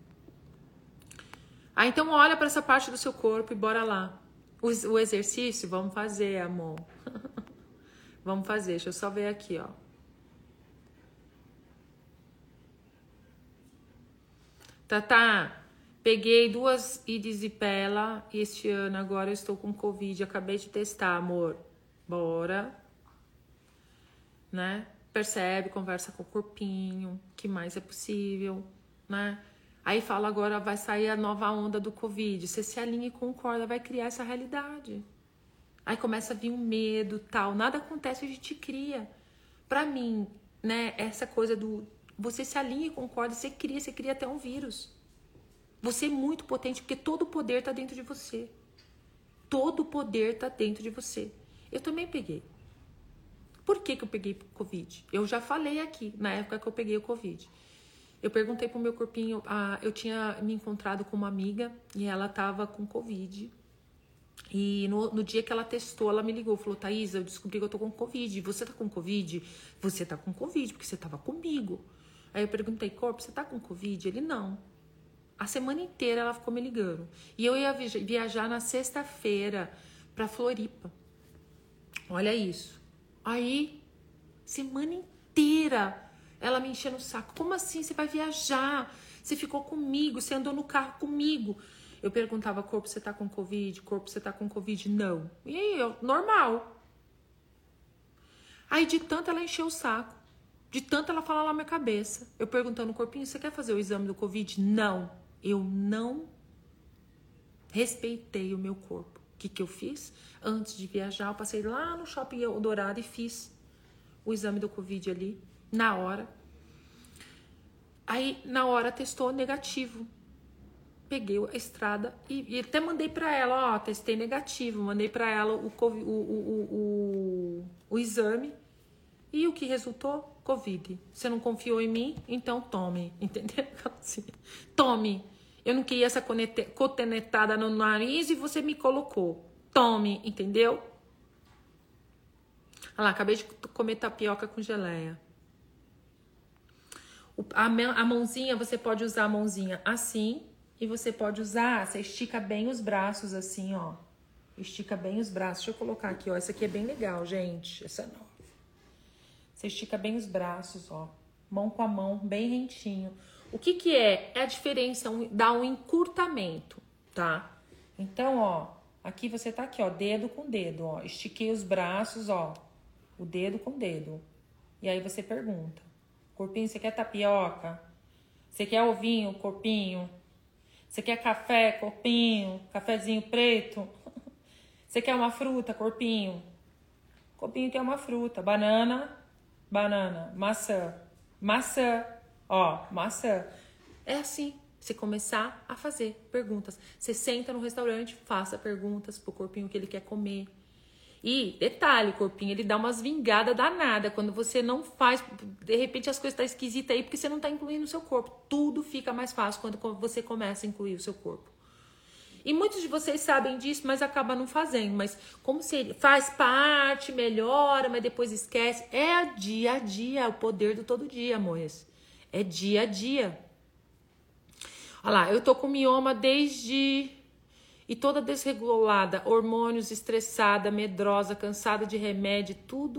Então olha pra essa parte do seu corpo e bora lá. O exercício, vamos fazer, amor. Vamos fazer. Deixa eu só ver aqui, ó. Tá. Peguei 2 idizipela este ano, agora eu estou com Covid, acabei de testar, amor. Bora. Né? Percebe, conversa com o corpinho, o que mais é possível, né? Aí fala agora vai sair a nova onda do Covid, você se alinha e concorda, vai criar essa realidade. Aí começa a vir um medo, tal, nada acontece, a gente cria. Pra mim, né, essa coisa do você se alinha e concorda, você cria até um vírus. Você é muito potente, porque todo o poder tá dentro de você. Todo o poder tá dentro de você. Eu também peguei. Por que eu peguei Covid? Eu já falei aqui, na época que eu peguei o Covid. Eu perguntei pro meu corpinho, eu tinha me encontrado com uma amiga e ela tava com Covid. E no dia que ela testou, ela me ligou, falou, Thaisa, eu descobri que eu tô com Covid. Você tá com Covid? Você tá com Covid, porque você tava comigo. Aí eu perguntei, corpo, você tá com Covid? Ele, não. A semana inteira ela ficou me ligando. E eu ia viajar na sexta-feira pra Floripa. Olha isso. Aí, semana inteira, ela me enchendo o saco. Como assim? Você vai viajar? Você ficou comigo, você andou no carro comigo. Eu perguntava, corpo, você tá com Covid? Corpo, você tá com Covid? Não. E aí, normal. Aí, de tanto ela encheu o saco. De tanto ela falar lá na minha cabeça. Eu perguntando, corpinho, você quer fazer o exame do Covid? Não. Eu não respeitei o meu corpo. O que eu fiz? Antes de viajar, eu passei lá no Shopping Eldorado e fiz o exame do Covid ali, na hora. Aí, na hora, testou negativo. Peguei a estrada e até mandei pra ela, ó, testei negativo. Mandei pra ela o exame. E o que resultou? Covid. Você não confiou em mim? Então tome. Entendeu? Assim, tome. Eu não queria essa cotonetada no nariz e você me colocou. Tome. Entendeu? Olha lá, acabei de comer tapioca com geleia. A mãozinha, você pode usar a mãozinha assim. E você pode usar, você estica bem os braços assim, ó. Estica bem os braços. Deixa eu colocar aqui, ó. Essa aqui é bem legal, gente. Essa não. Você estica bem os braços, ó. Mão com a mão, bem rentinho. O que é? É a diferença, dá um encurtamento, tá? Então, ó. Aqui você tá aqui, ó. Dedo com dedo, ó. Estiquei os braços, ó. O dedo com dedo. E aí você pergunta. Corpinho, você quer tapioca? Você quer ovinho, corpinho? Você quer café, corpinho? Cafezinho preto? Você quer uma fruta, corpinho? Corpinho quer uma fruta. Banana, maçã, maçã, ó, maçã. É assim, você começar a fazer perguntas. Você senta no restaurante, faça perguntas pro corpinho que ele quer comer. E, detalhe, o corpinho, ele dá umas vingadas danadas. Quando você não faz, de repente as coisas estão esquisitas aí, porque você não tá incluindo o seu corpo. Tudo fica mais fácil quando você começa a incluir o seu corpo. E muitos de vocês sabem disso, mas acabam não fazendo. Mas como se faz parte, melhora, mas depois esquece. É dia a dia, o poder do todo dia, amores. É dia a dia. Olha lá, eu tô com mioma desde... E toda desregulada, hormônios, estressada, medrosa, cansada de remédio,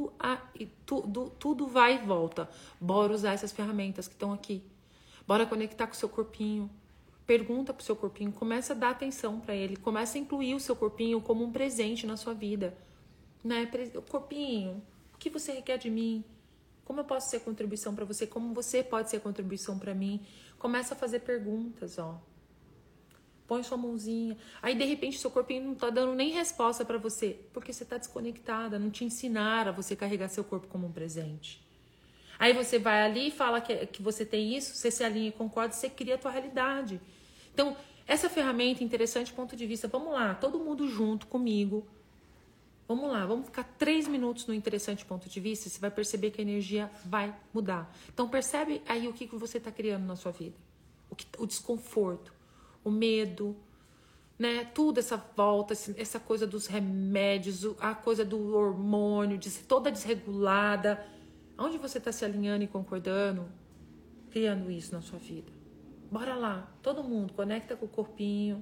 tudo vai e volta. Bora usar essas ferramentas que estão aqui. Bora conectar com o seu corpinho. Pergunta pro seu corpinho, começa a dar atenção para ele, começa a incluir o seu corpinho como um presente na sua vida. Né? Corpinho, o que você requer de mim? Como eu posso ser contribuição para você? Como você pode ser contribuição para mim? Começa a fazer perguntas, ó. Põe sua mãozinha. Aí, de repente, seu corpinho não tá dando nem resposta pra você. Porque você tá desconectada. Não te ensinaram a você carregar seu corpo como um presente. Aí você vai ali e fala que você tem isso. Você se alinha e concorda. Você cria a tua realidade. Então, essa ferramenta é interessante ponto de vista. Vamos lá. Todo mundo junto comigo. Vamos lá. Vamos ficar 3 minutos no interessante ponto de vista. Você vai perceber que a energia vai mudar. Então, percebe aí o que você tá criando na sua vida. O desconforto. O medo, né? Tudo essa volta, essa coisa dos remédios, a coisa do hormônio, de ser toda desregulada. Onde você está se alinhando e concordando, criando isso na sua vida? Bora lá, todo mundo, conecta com o corpinho.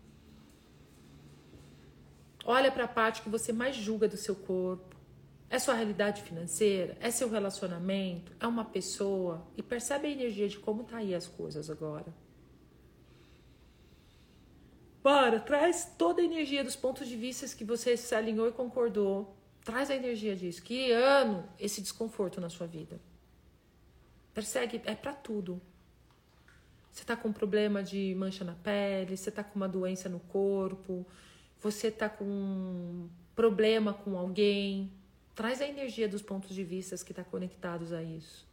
Olha para a parte que você mais julga do seu corpo. É sua realidade financeira? É seu relacionamento? É uma pessoa? E percebe a energia de como tá aí as coisas agora. Bora, traz toda a energia dos pontos de vista que você se alinhou e concordou. Traz a energia disso, criando esse desconforto na sua vida. Persegue, é pra tudo. Você tá com um problema de mancha na pele, você tá com uma doença no corpo, você tá com um problema com alguém. Traz a energia dos pontos de vista que tá conectados a isso.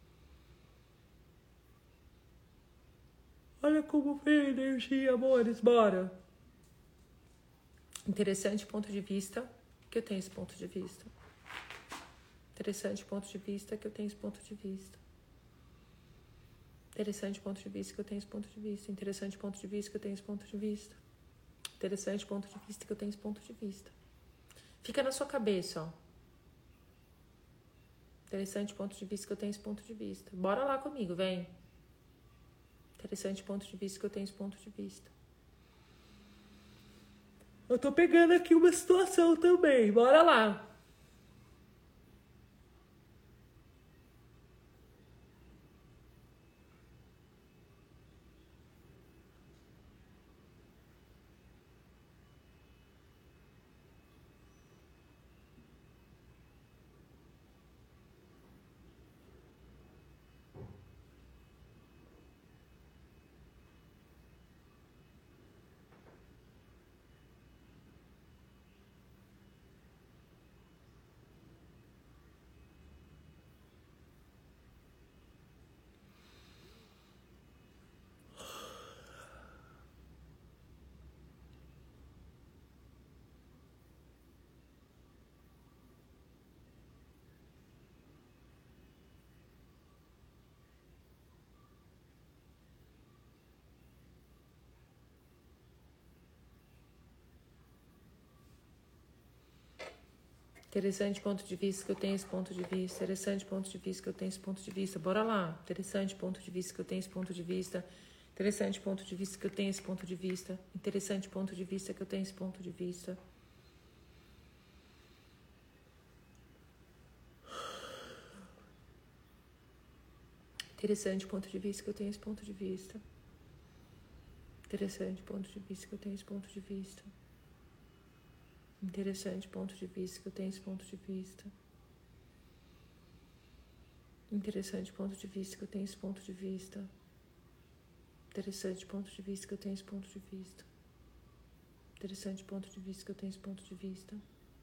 Olha como vem a energia, amores, bora. Interessante ponto de vista que eu tenho esse ponto de vista. Interessante ponto de vista que eu tenho esse ponto de vista. Interessante ponto de vista que eu tenho esse ponto de vista. Interessante ponto de vista que eu tenho esse ponto de vista. Interessante ponto de vista que eu tenho esse ponto de vista. Fica na sua cabeça, ó. Interessante ponto de vista que eu tenho esse ponto de vista. Bora lá comigo, vem. Interessante ponto de vista que eu tenho esse ponto de vista. Eu tô pegando aqui uma situação também. Bora lá. Interessante ponto de vista que eu tenho esse ponto de vista. Interessante ponto de vista que eu tenho esse ponto de vista. Bora lá. Interessante ponto de vista que eu tenho esse ponto de vista. Interessante ponto de vista que eu tenho esse ponto de vista. Interessante ponto de vista que eu tenho esse ponto de vista. Interessante ponto de vista que eu tenho esse ponto de vista. Interessante ponto de vista que eu tenho esse ponto de vista. Interessante ponto de vista que eu tenho esse ponto de vista. Interessante ponto de vista que eu tenho esse ponto de vista. Interessante ponto de vista que eu tenho esse ponto de vista. Interessante ponto de vista que eu tenho esse ponto de vista.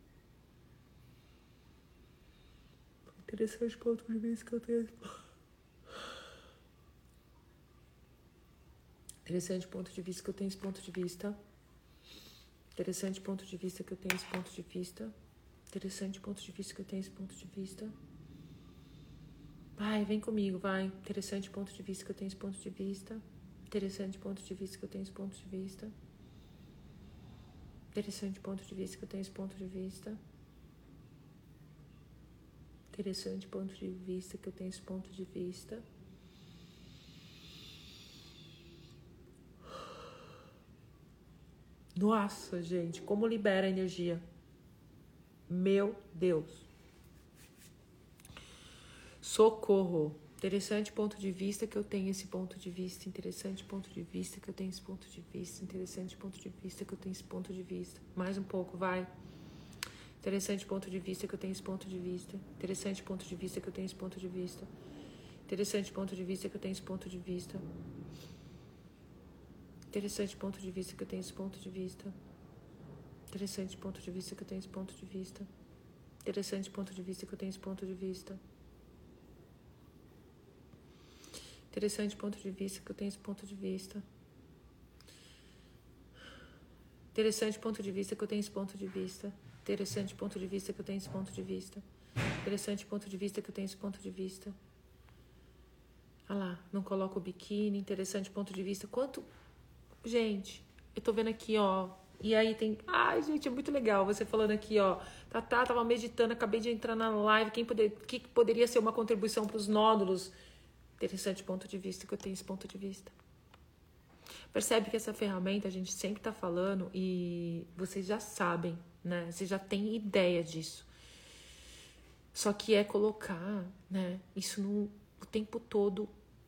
Interessante ponto de vista que eu tenho esse... Interessante ponto de vista que eu tenho esse ponto de vista. Interessante ponto de vista que eu tenho esse ponto de vista. Interessante ponto de vista que eu tenho esse ponto de vista. Vai, vem comigo, vai. Interessante ponto de vista que eu tenho esse ponto de vista. Interessante ponto de vista que eu tenho esse ponto de vista. Interessante ponto de vista que eu tenho esse ponto de vista. Interessante ponto de vista que eu tenho esse ponto de vista. Nossa, gente, como libera energia. Meu Deus. Socorro. Interessante ponto de vista que eu tenho esse ponto de vista. Interessante ponto de vista que eu tenho esse ponto de vista. Interessante ponto de vista que eu tenho esse ponto de vista. Mais um pouco, vai. Interessante ponto de vista que eu tenho esse ponto de vista. Interessante ponto de vista que eu tenho esse ponto de vista. Interessante ponto de vista que eu tenho esse ponto de vista. Interessante ponto de vista que eu tenho esse ponto de vista. Interessante ponto de vista que eu tenho esse ponto de vista. Interessante ponto de vista que eu tenho esse ponto de vista. Interessante ponto de vista que eu tenho esse ponto de vista. Interessante ponto de vista que eu tenho esse ponto de vista. Interessante ponto de vista que eu tenho esse ponto de vista. Interessante ponto de vista que eu tenho esse ponto de vista. Ah lá, não coloco o biquíni. Interessante ponto de vista. Quanto... Gente, eu tô vendo aqui, ó. E aí tem... Ai, gente, é muito legal você falando aqui, ó. Tava meditando, acabei de entrar na live. Que poderia ser uma contribuição para os nódulos? Interessante ponto de vista que eu tenho esse ponto de vista. Percebe que essa ferramenta a gente sempre tá falando e vocês já sabem, né? Vocês já têm ideia disso. Só que é colocar, né? Isso o tempo todo.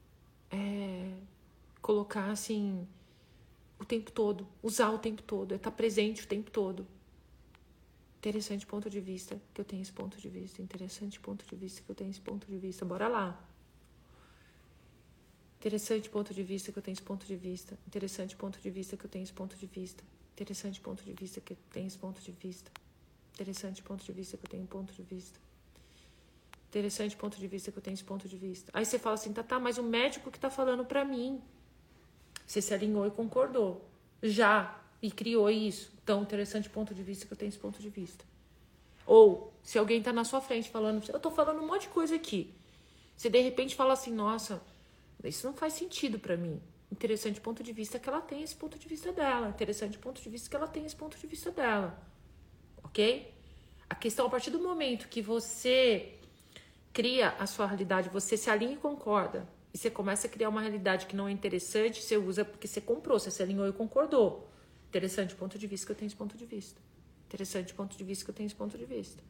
Colocar assim... O tempo todo. Usar o tempo todo. É estar presente o tempo todo. Interessante ponto de vista que eu tenho esse ponto de vista. Interessante ponto de vista que eu tenho esse ponto de vista. Bora lá. Interessante ponto de vista que eu tenho esse ponto de vista. Interessante ponto de vista que eu tenho esse ponto de vista. Interessante ponto de vista que eu tenho esse ponto de vista. Interessante ponto de vista que eu tenho um ponto de vista. Interessante ponto de vista que eu tenho esse ponto de vista. Aí você fala assim, tá, mas o médico que tá falando pra mim. Você se alinhou e concordou. Já. E criou isso. Então, interessante ponto de vista que eu tenho esse ponto de vista. Ou, se alguém tá na sua frente falando, eu tô falando um monte de coisa aqui. Você de repente fala assim, nossa, isso não faz sentido pra mim. Interessante ponto de vista que ela tem esse ponto de vista dela. Interessante ponto de vista que ela tem esse ponto de vista dela. Ok? A questão, a partir do momento que você cria a sua realidade, você se alinha e concorda, e você começa a criar uma realidade que não é interessante, você usa porque você comprou, você se alinhou e concordou. Interessante ponto de vista que eu tenho esse ponto de vista. Interessante ponto de vista que eu tenho esse ponto de vista.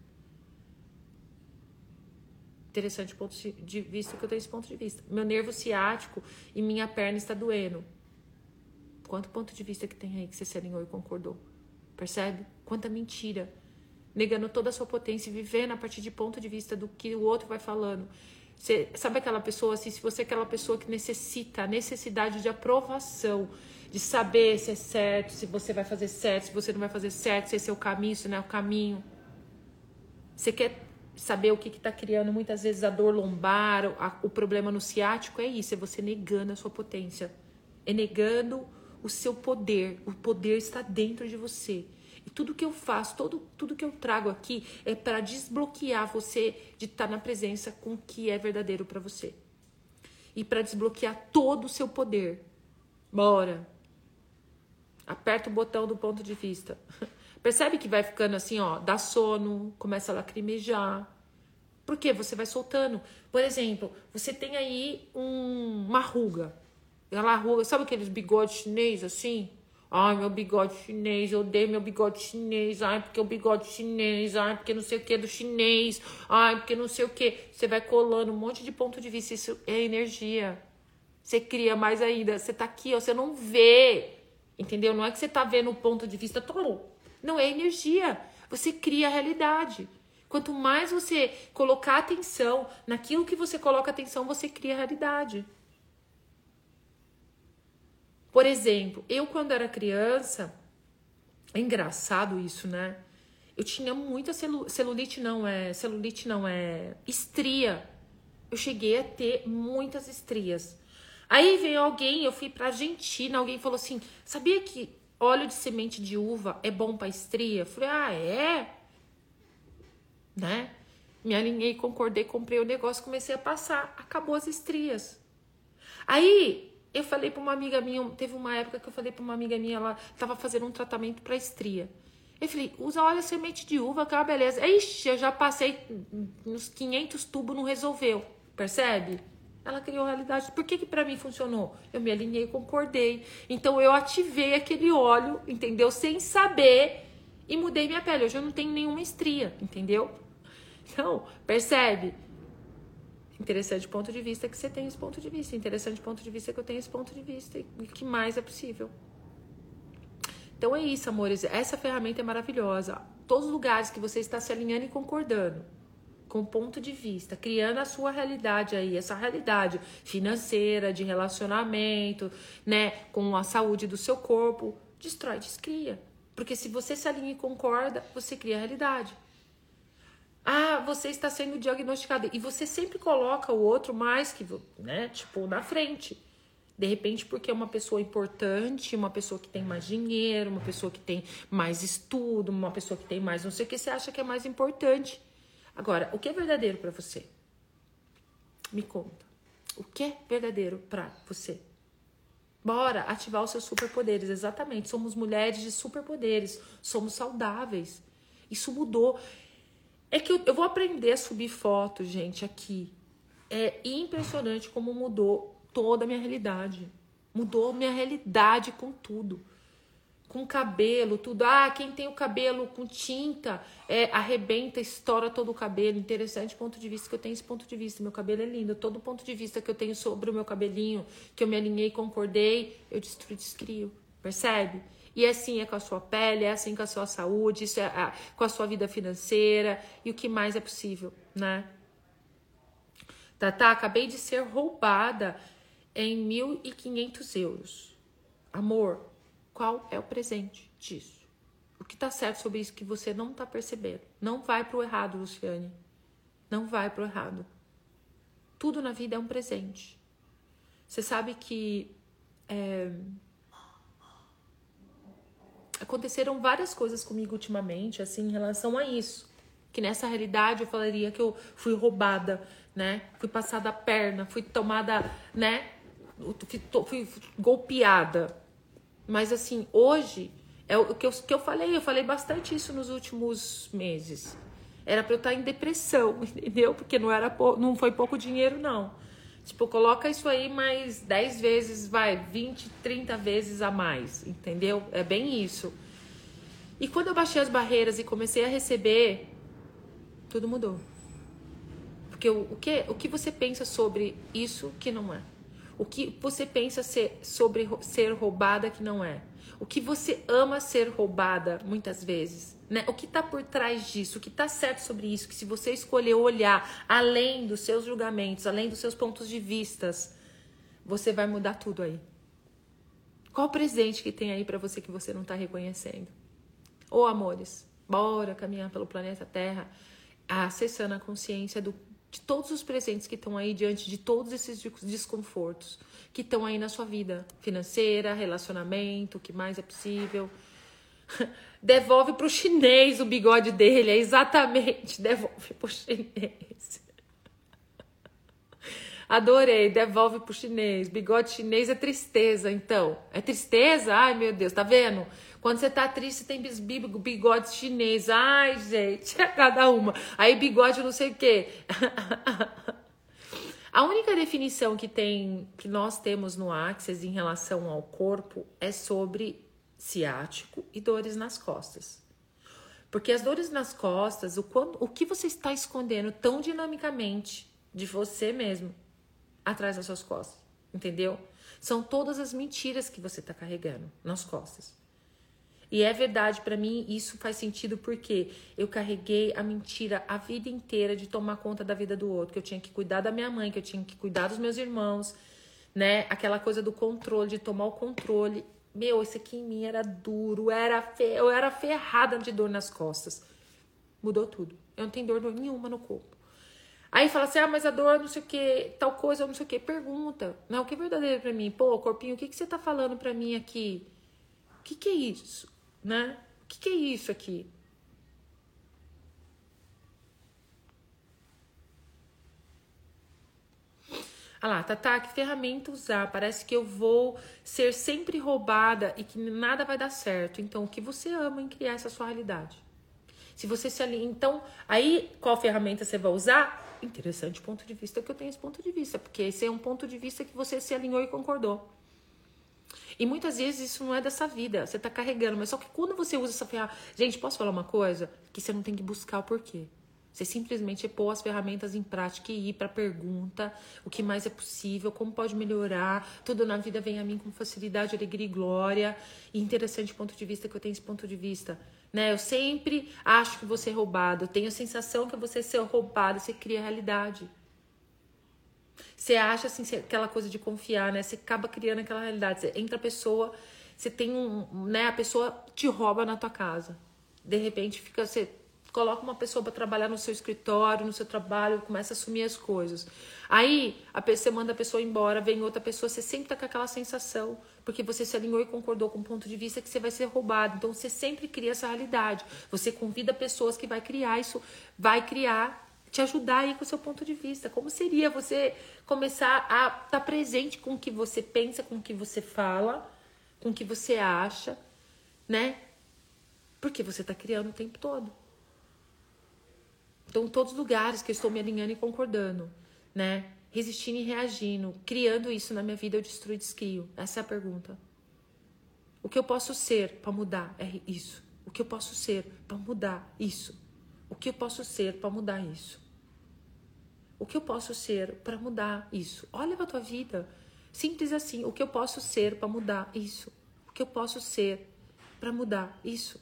Interessante ponto de vista que eu tenho esse ponto de vista. Meu nervo ciático e minha perna está doendo. Quanto ponto de vista que tem aí que você se alinhou e concordou? Percebe? Quanta mentira. Negando toda a sua potência e vivendo a partir de ponto de vista do que o outro vai falando. Você, sabe aquela pessoa assim, se você é aquela pessoa que necessita, a necessidade de aprovação, de saber se é certo, se você vai fazer certo, se você não vai fazer certo, se esse é o caminho, se não é o caminho. Você quer saber o que está criando muitas vezes a dor lombar, o problema no ciático? É isso, é você negando a sua potência. É negando o seu poder. O poder está dentro de você. E tudo que eu faço, tudo que eu trago aqui é para desbloquear você de estar na presença com o que é verdadeiro para você. E para desbloquear todo o seu poder. Bora. Aperta o botão do ponto de vista. Percebe que vai ficando assim, ó, dá sono, começa a lacrimejar. Por quê? Você vai soltando. Por exemplo, você tem aí uma ruga. Aquela ruga, sabe aqueles bigodes chinês assim? Ai, meu bigode chinês, eu odeio meu bigode chinês. Ai, porque o bigode chinês. Ai, porque não sei o que do chinês. Ai, porque não sei o que. Você vai colando um monte de ponto de vista. Isso é energia. Você cria mais ainda. Você tá aqui, ó, você não vê. Entendeu? Não é que você tá vendo o ponto de vista todo. Não, é energia. Você cria a realidade. Quanto mais você colocar atenção naquilo que você coloca atenção, você cria a realidade. Por exemplo, eu quando era criança, é engraçado isso, né? Eu tinha muita celulite não, é estria. Eu cheguei a ter muitas estrias. Aí veio alguém, eu fui pra Argentina, alguém falou assim, sabia que óleo de semente de uva é bom pra estria? Eu falei, ah, é? Né? Me alinhei, concordei, comprei o negócio, comecei a passar, acabou as estrias. Aí eu falei pra uma amiga minha, teve uma época que eu falei pra uma amiga minha, ela tava fazendo um tratamento pra estria. Eu falei, usa óleo semente de uva, que é uma beleza. Ixi, eu já passei uns 500 tubos, não resolveu. Percebe? Ela criou realidade. Por que pra mim funcionou? Eu me alinhei, concordei. Então eu ativei aquele óleo, entendeu? Sem saber e mudei minha pele. Hoje eu não tenho nenhuma estria, entendeu? Então, percebe? Interessante ponto de vista que você tem esse ponto de vista. Interessante ponto de vista que eu tenho esse ponto de vista. E o que mais é possível? Então é isso, amores. Essa ferramenta é maravilhosa. Todos os lugares que você está se alinhando e concordando com ponto de vista, criando a sua realidade aí, essa realidade financeira, de relacionamento, né, com a saúde do seu corpo, destrói, descria. Porque se você se alinha e concorda, você cria a realidade. Ah, você está sendo diagnosticado. E você sempre coloca o outro mais que, né, tipo, na frente. De repente, porque é uma pessoa importante, uma pessoa que tem mais dinheiro, uma pessoa que tem mais estudo, uma pessoa que tem mais não sei o que, você acha que é mais importante. Agora, o que é verdadeiro para você? Me conta. O que é verdadeiro para você? Bora ativar os seus superpoderes, exatamente. Somos mulheres de superpoderes, somos saudáveis. Isso mudou. É que eu vou aprender a subir foto, gente, aqui. É impressionante como mudou toda a minha realidade. Mudou minha realidade com tudo. Com cabelo, tudo. Ah, quem tem o cabelo com tinta, arrebenta, estoura todo o cabelo. Interessante ponto de vista que eu tenho esse ponto de vista. Meu cabelo é lindo. Todo ponto de vista que eu tenho sobre o meu cabelinho, que eu me alinhei, concordei, eu destruo, descrio. Percebe? E assim é com a sua pele, é assim com a sua saúde, isso é com a sua vida financeira e o que mais é possível, né? Tá, acabei de ser roubada em 1.500 euros. Amor, qual é o presente disso? O que tá certo sobre isso que você não tá percebendo? Não vai pro errado, Luciane. Não vai pro errado. Tudo na vida é um presente. Você sabe que aconteceram várias coisas comigo ultimamente, assim, em relação a isso. Que nessa realidade eu falaria que eu fui roubada, né? Fui passada a perna, fui tomada, né? Fui golpeada. Mas assim, hoje, é o que eu falei bastante isso nos últimos meses. Era pra eu estar em depressão, entendeu? Porque não foi pouco dinheiro, não. Tipo, coloca isso aí mais 10 vezes, 20, 30 vezes a mais, entendeu? É bem isso. E quando eu baixei as barreiras e comecei a receber, tudo mudou. Porque o que você pensa sobre isso que não é? O que você pensa sobre ser roubada que não é? O que você ama ser roubada muitas vezes, né? O que tá por trás disso? O que tá certo sobre isso? Que se você escolher olhar além dos seus julgamentos, além dos seus pontos de vistas, você vai mudar tudo aí. Qual o presente que tem aí pra você que você não tá reconhecendo? Ô, amores, bora caminhar pelo planeta Terra, acessando a consciência de todos os presentes que estão aí diante de todos esses desconfortos que estão aí na sua vida financeira, relacionamento, o que mais é possível. Devolve pro chinês o bigode dele, exatamente, devolve pro chinês. Adorei, devolve pro chinês. Bigode chinês é tristeza, então. É tristeza? Ai, meu Deus, tá vendo? Quando você tá triste, tem bigode chinês. Ai, gente, é cada uma. Aí bigode não sei o quê. A única definição que nós temos no Access em relação ao corpo é sobre ciático e dores nas costas. Porque as dores nas costas, o que você está escondendo tão dinamicamente de você mesmo atrás das suas costas, entendeu? São todas as mentiras que você tá carregando nas costas. E é verdade, pra mim isso faz sentido porque eu carreguei a mentira a vida inteira de tomar conta da vida do outro, que eu tinha que cuidar da minha mãe, que eu tinha que cuidar dos meus irmãos, né? Aquela coisa do controle, de tomar o controle. Meu, esse aqui em mim era duro, eu era ferrada de dor nas costas. Mudou tudo. Eu não tenho dor nenhuma no corpo. Aí fala assim, mas a dor não sei o que, tal coisa, não sei o que. Pergunta, não, o que é verdadeiro pra mim? Pô, corpinho, o que você tá falando pra mim aqui? O que é isso? Né? O que é isso aqui? Ah lá, Tatá, que ferramenta usar? Parece que eu vou ser sempre roubada e que nada vai dar certo. Então, o que você ama em criar essa sua realidade? Se você se alinha... Então, aí, qual ferramenta você vai usar? Interessante ponto de vista que eu tenho esse ponto de vista. Porque esse é um ponto de vista que você se alinhou e concordou. E muitas vezes isso não é dessa vida. Você tá carregando. Mas só que quando você usa essa ferramenta... Gente, posso falar uma coisa? Que você não tem que buscar o porquê. Você simplesmente pôr as ferramentas em prática e ir para a pergunta, o que mais é possível, como pode melhorar, tudo na vida vem a mim com facilidade, alegria e glória. E interessante ponto de vista que eu tenho esse ponto de vista, né? Eu sempre acho que você é roubado, eu tenho a sensação que você ser roubado, você cria a realidade. Você acha assim, aquela coisa de confiar, né? Você acaba criando aquela realidade. Você entra a pessoa, você tem né? A pessoa te rouba na tua casa. De repente fica você coloca uma pessoa para trabalhar no seu escritório, no seu trabalho, começa a assumir as coisas. Aí, você manda a pessoa embora, vem outra pessoa, você sempre tá com aquela sensação, porque você se alinhou e concordou com o ponto de vista que você vai ser roubado. Então, você sempre cria essa realidade. Você convida pessoas que vai criar isso, vai criar, te ajudar aí com o seu ponto de vista. Como seria você começar a estar presente com o que você pensa, com o que você fala, com o que você acha, né? Porque você tá criando o tempo todo. Então, todos os lugares que eu estou me alinhando e concordando, né? Resistindo e reagindo, criando isso na minha vida, eu destruo e descrio. Essa é a pergunta. O que eu posso ser para mudar é isso. O que eu posso ser para mudar isso. O que eu posso ser para mudar isso. O que eu posso ser para mudar isso. Olha para a tua vida. Simples assim. O que eu posso ser para mudar isso. O que eu posso ser para mudar isso.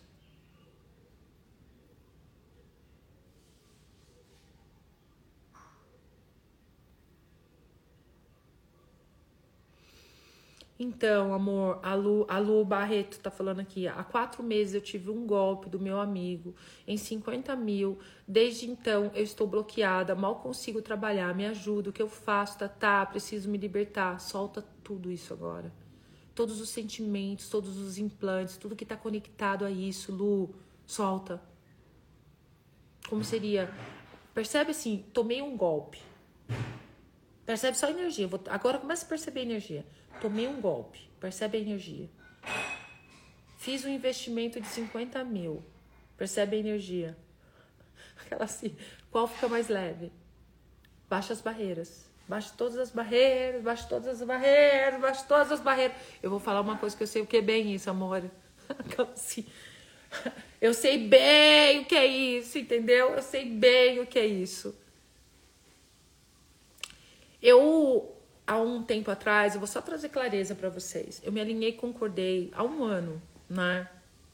Então, amor, a Lu Barreto tá falando aqui. Há 4 meses eu tive um golpe do meu amigo em 50 mil. Desde então eu estou bloqueada, mal consigo trabalhar. Me ajuda, o que eu faço, Tatá? Preciso me libertar. Solta tudo isso agora. Todos os sentimentos, todos os implantes, tudo que tá conectado a isso, Lu, solta. Como seria? Percebe assim, tomei um golpe. Percebe só a energia. Agora começa a perceber a energia. Tomei um golpe. Percebe a energia. Fiz um investimento de 50 mil. Percebe a energia. Aquela assim. Qual fica mais leve? Baixa as barreiras. Baixa todas as barreiras. Baixa todas as barreiras. Baixa todas as barreiras. Eu vou falar uma coisa que eu sei o que é bem isso, amor. Aquela assim. Eu sei bem o que é isso, entendeu? Eu sei bem o que é isso. Há um tempo atrás, eu vou só trazer clareza pra vocês. Eu me alinhei e concordei há 1 ano, né?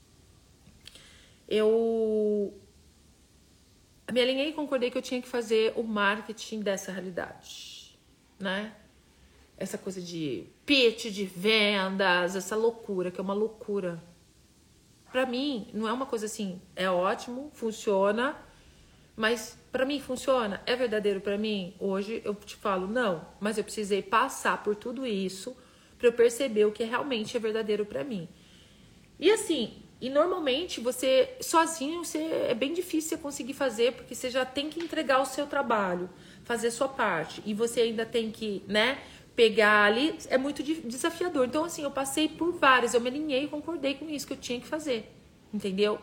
Eu me alinhei e concordei que eu tinha que fazer o marketing dessa realidade, né? Essa coisa de pitch, de vendas, essa loucura, que é uma loucura. Pra mim, não é uma coisa assim, é ótimo, funciona, mas pra mim funciona? É verdadeiro pra mim? Hoje eu te falo, não. Mas eu precisei passar por tudo isso pra eu perceber o que realmente é verdadeiro pra mim. E assim, normalmente você sozinho é bem difícil você conseguir fazer, porque você já tem que entregar o seu trabalho, fazer a sua parte. E você ainda tem que, né, pegar ali, é muito desafiador. Então assim, eu passei por várias, eu me alinhei e concordei com isso que eu tinha que fazer. Entendeu?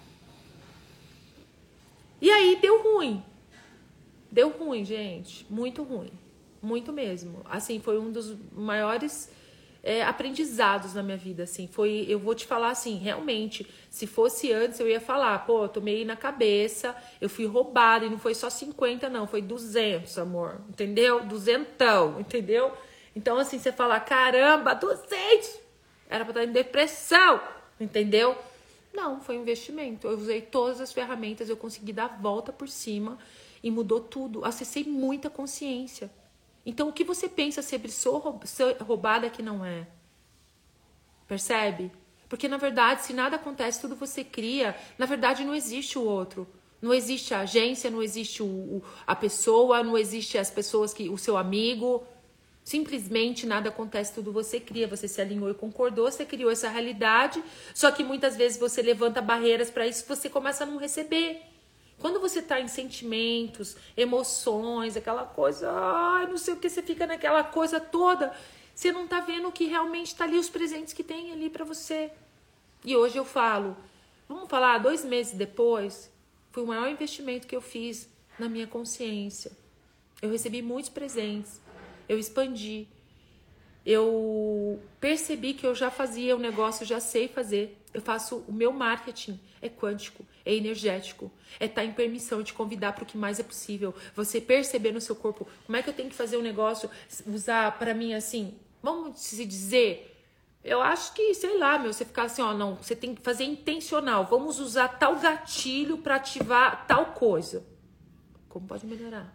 E aí deu ruim. Deu ruim, gente. Muito ruim. Muito mesmo. Assim, foi um dos maiores aprendizados na minha vida, assim. Eu vou te falar assim, realmente, se fosse antes, eu ia falar, pô, eu tomei na cabeça, eu fui roubada, e não foi só 50, não, foi 200, amor. Entendeu? 200, entendeu? Então, assim, você fala, caramba, 200! Era pra estar em depressão, entendeu? Não, foi um investimento. Eu usei todas as ferramentas, eu consegui dar a volta por cima e mudou tudo. Acessei muita consciência. Então, o que você pensa sobre ser roubada que não é? Percebe? Porque, na verdade, se nada acontece, tudo você cria. Na verdade, não existe o outro. Não existe a agência, não existe a pessoa, não existe as pessoas, o seu amigo. Simplesmente nada acontece, tudo você cria. Você se alinhou e concordou, você criou essa realidade. Só que muitas vezes você levanta barreiras para isso, você começa a não receber. Quando você tá em sentimentos, emoções, aquela coisa, ai, não sei o que, você fica naquela coisa toda, você não tá vendo que realmente tá ali os presentes que tem ali pra você. E hoje eu falo, vamos falar, 2 meses depois, foi o maior investimento que eu fiz na minha consciência. Eu recebi muitos presentes, eu expandi, eu percebi que eu já fazia o negócio, eu já sei fazer. Eu faço o meu marketing, é quântico, é energético, é estar em permissão, te convidar para o que mais é possível. Você perceber no seu corpo como é que eu tenho que fazer um negócio, usar para mim assim, vamos se dizer, eu acho que, sei lá, você ficar assim, ó, não, você tem que fazer intencional, vamos usar tal gatilho para ativar tal coisa. Como pode melhorar?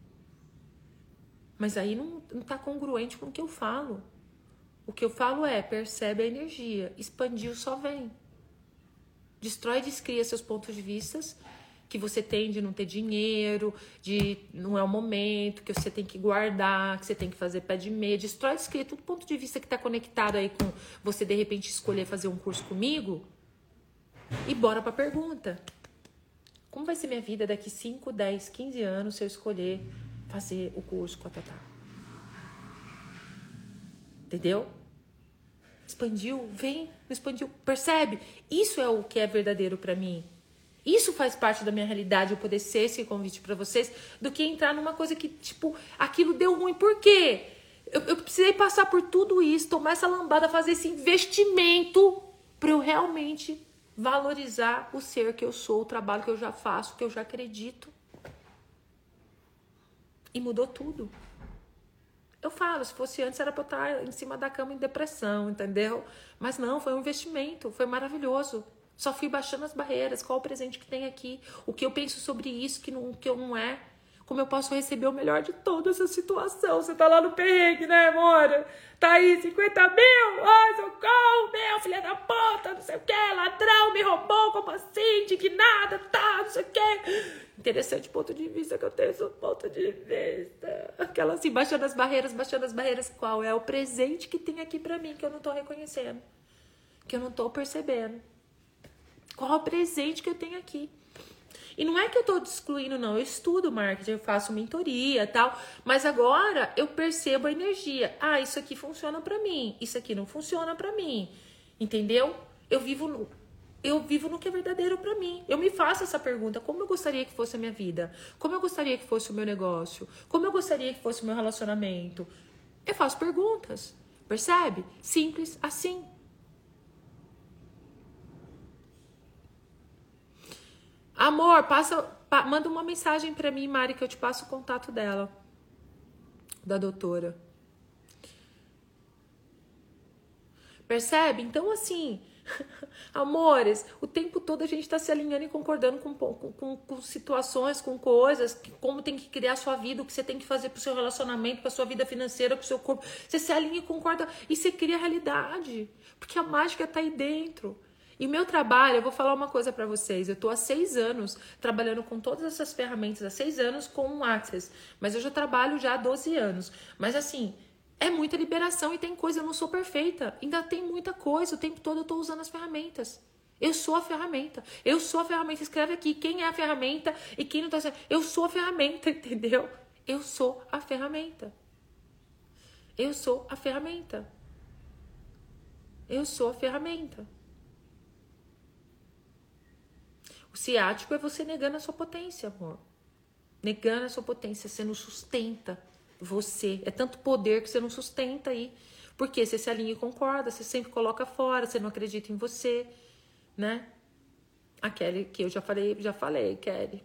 Mas aí não tá congruente com o que eu falo. O que eu falo é, percebe a energia, expandiu, só vem. Destrói e descria seus pontos de vista que você tem de não ter dinheiro, de não é o momento, que você tem que guardar, que você tem que fazer pé de meia. Destrói e descria todo ponto de vista que tá conectado aí com você, de repente, escolher fazer um curso comigo. E bora pra pergunta. Como vai ser minha vida daqui 5, 10, 15 anos se eu escolher fazer o curso com a Tatá? Entendeu? Expandiu, vem, expandiu, percebe? Isso é o que é verdadeiro pra mim. Isso faz parte da minha realidade, eu poder ser esse convite pra vocês, do que entrar numa coisa que, tipo, aquilo deu ruim. Por quê? Eu precisei passar por tudo isso, tomar essa lambada, fazer esse investimento pra eu realmente valorizar o ser que eu sou, o trabalho que eu já faço, que eu já acredito. E mudou tudo. Eu falo, se fosse antes era pra eu estar em cima da cama em depressão, entendeu? Mas não, foi um investimento, foi maravilhoso. Só fui baixando as barreiras, qual o presente que tem aqui, o que eu penso sobre isso, que eu não é, como eu posso receber o melhor de toda essa situação. Você tá lá no perrengue, né, amor? Tá aí, 50 mil, ai, socorro, meu, filha da puta, não sei o que, ladrão, me roubou, como assim, indignada, tá, não sei o que. Interessante ponto de vista que eu tenho, esse ponto de vista. Aquela assim, baixando as barreiras, qual é o presente que tem aqui pra mim que eu não tô reconhecendo, que eu não tô percebendo. Qual é o presente que eu tenho aqui? E não é que eu tô excluindo, não. Eu estudo marketing, eu faço mentoria e tal. Mas agora eu percebo a energia. Ah, isso aqui funciona pra mim. Isso aqui não funciona pra mim. Entendeu? Eu vivo no que é verdadeiro pra mim. Eu me faço essa pergunta. Como eu gostaria que fosse a minha vida? Como eu gostaria que fosse o meu negócio? Como eu gostaria que fosse o meu relacionamento? Eu faço perguntas. Percebe? Simples assim. Amor, manda uma mensagem pra mim, Mari, que eu te passo o contato dela, da doutora. Percebe? Então, assim, amores, o tempo todo a gente tá se alinhando e concordando com situações, com coisas, como tem que criar a sua vida, o que você tem que fazer pro seu relacionamento, pra sua vida financeira, pro seu corpo. Você se alinha e concorda e você cria a realidade, porque a mágica tá aí dentro. E o meu trabalho, eu vou falar uma coisa pra vocês, eu tô há 6 anos trabalhando com todas essas ferramentas, há 6 anos com o Access, mas eu já trabalho já há 12 anos. Mas assim, é muita liberação e tem coisa, eu não sou perfeita, ainda tem muita coisa, o tempo todo eu tô usando as ferramentas. Eu sou a ferramenta, escreve aqui quem é a ferramenta e quem não tá sendo. Eu sou a ferramenta, entendeu? Eu sou a ferramenta. Eu sou a ferramenta. Eu sou a ferramenta. O ciático é você negando a sua potência, amor. Negando a sua potência. Você não sustenta você. É tanto poder que você não sustenta aí. Porque você se alinha e concorda. Você sempre coloca fora. Você não acredita em você. Né? A Kelly, que eu já falei, Kelly.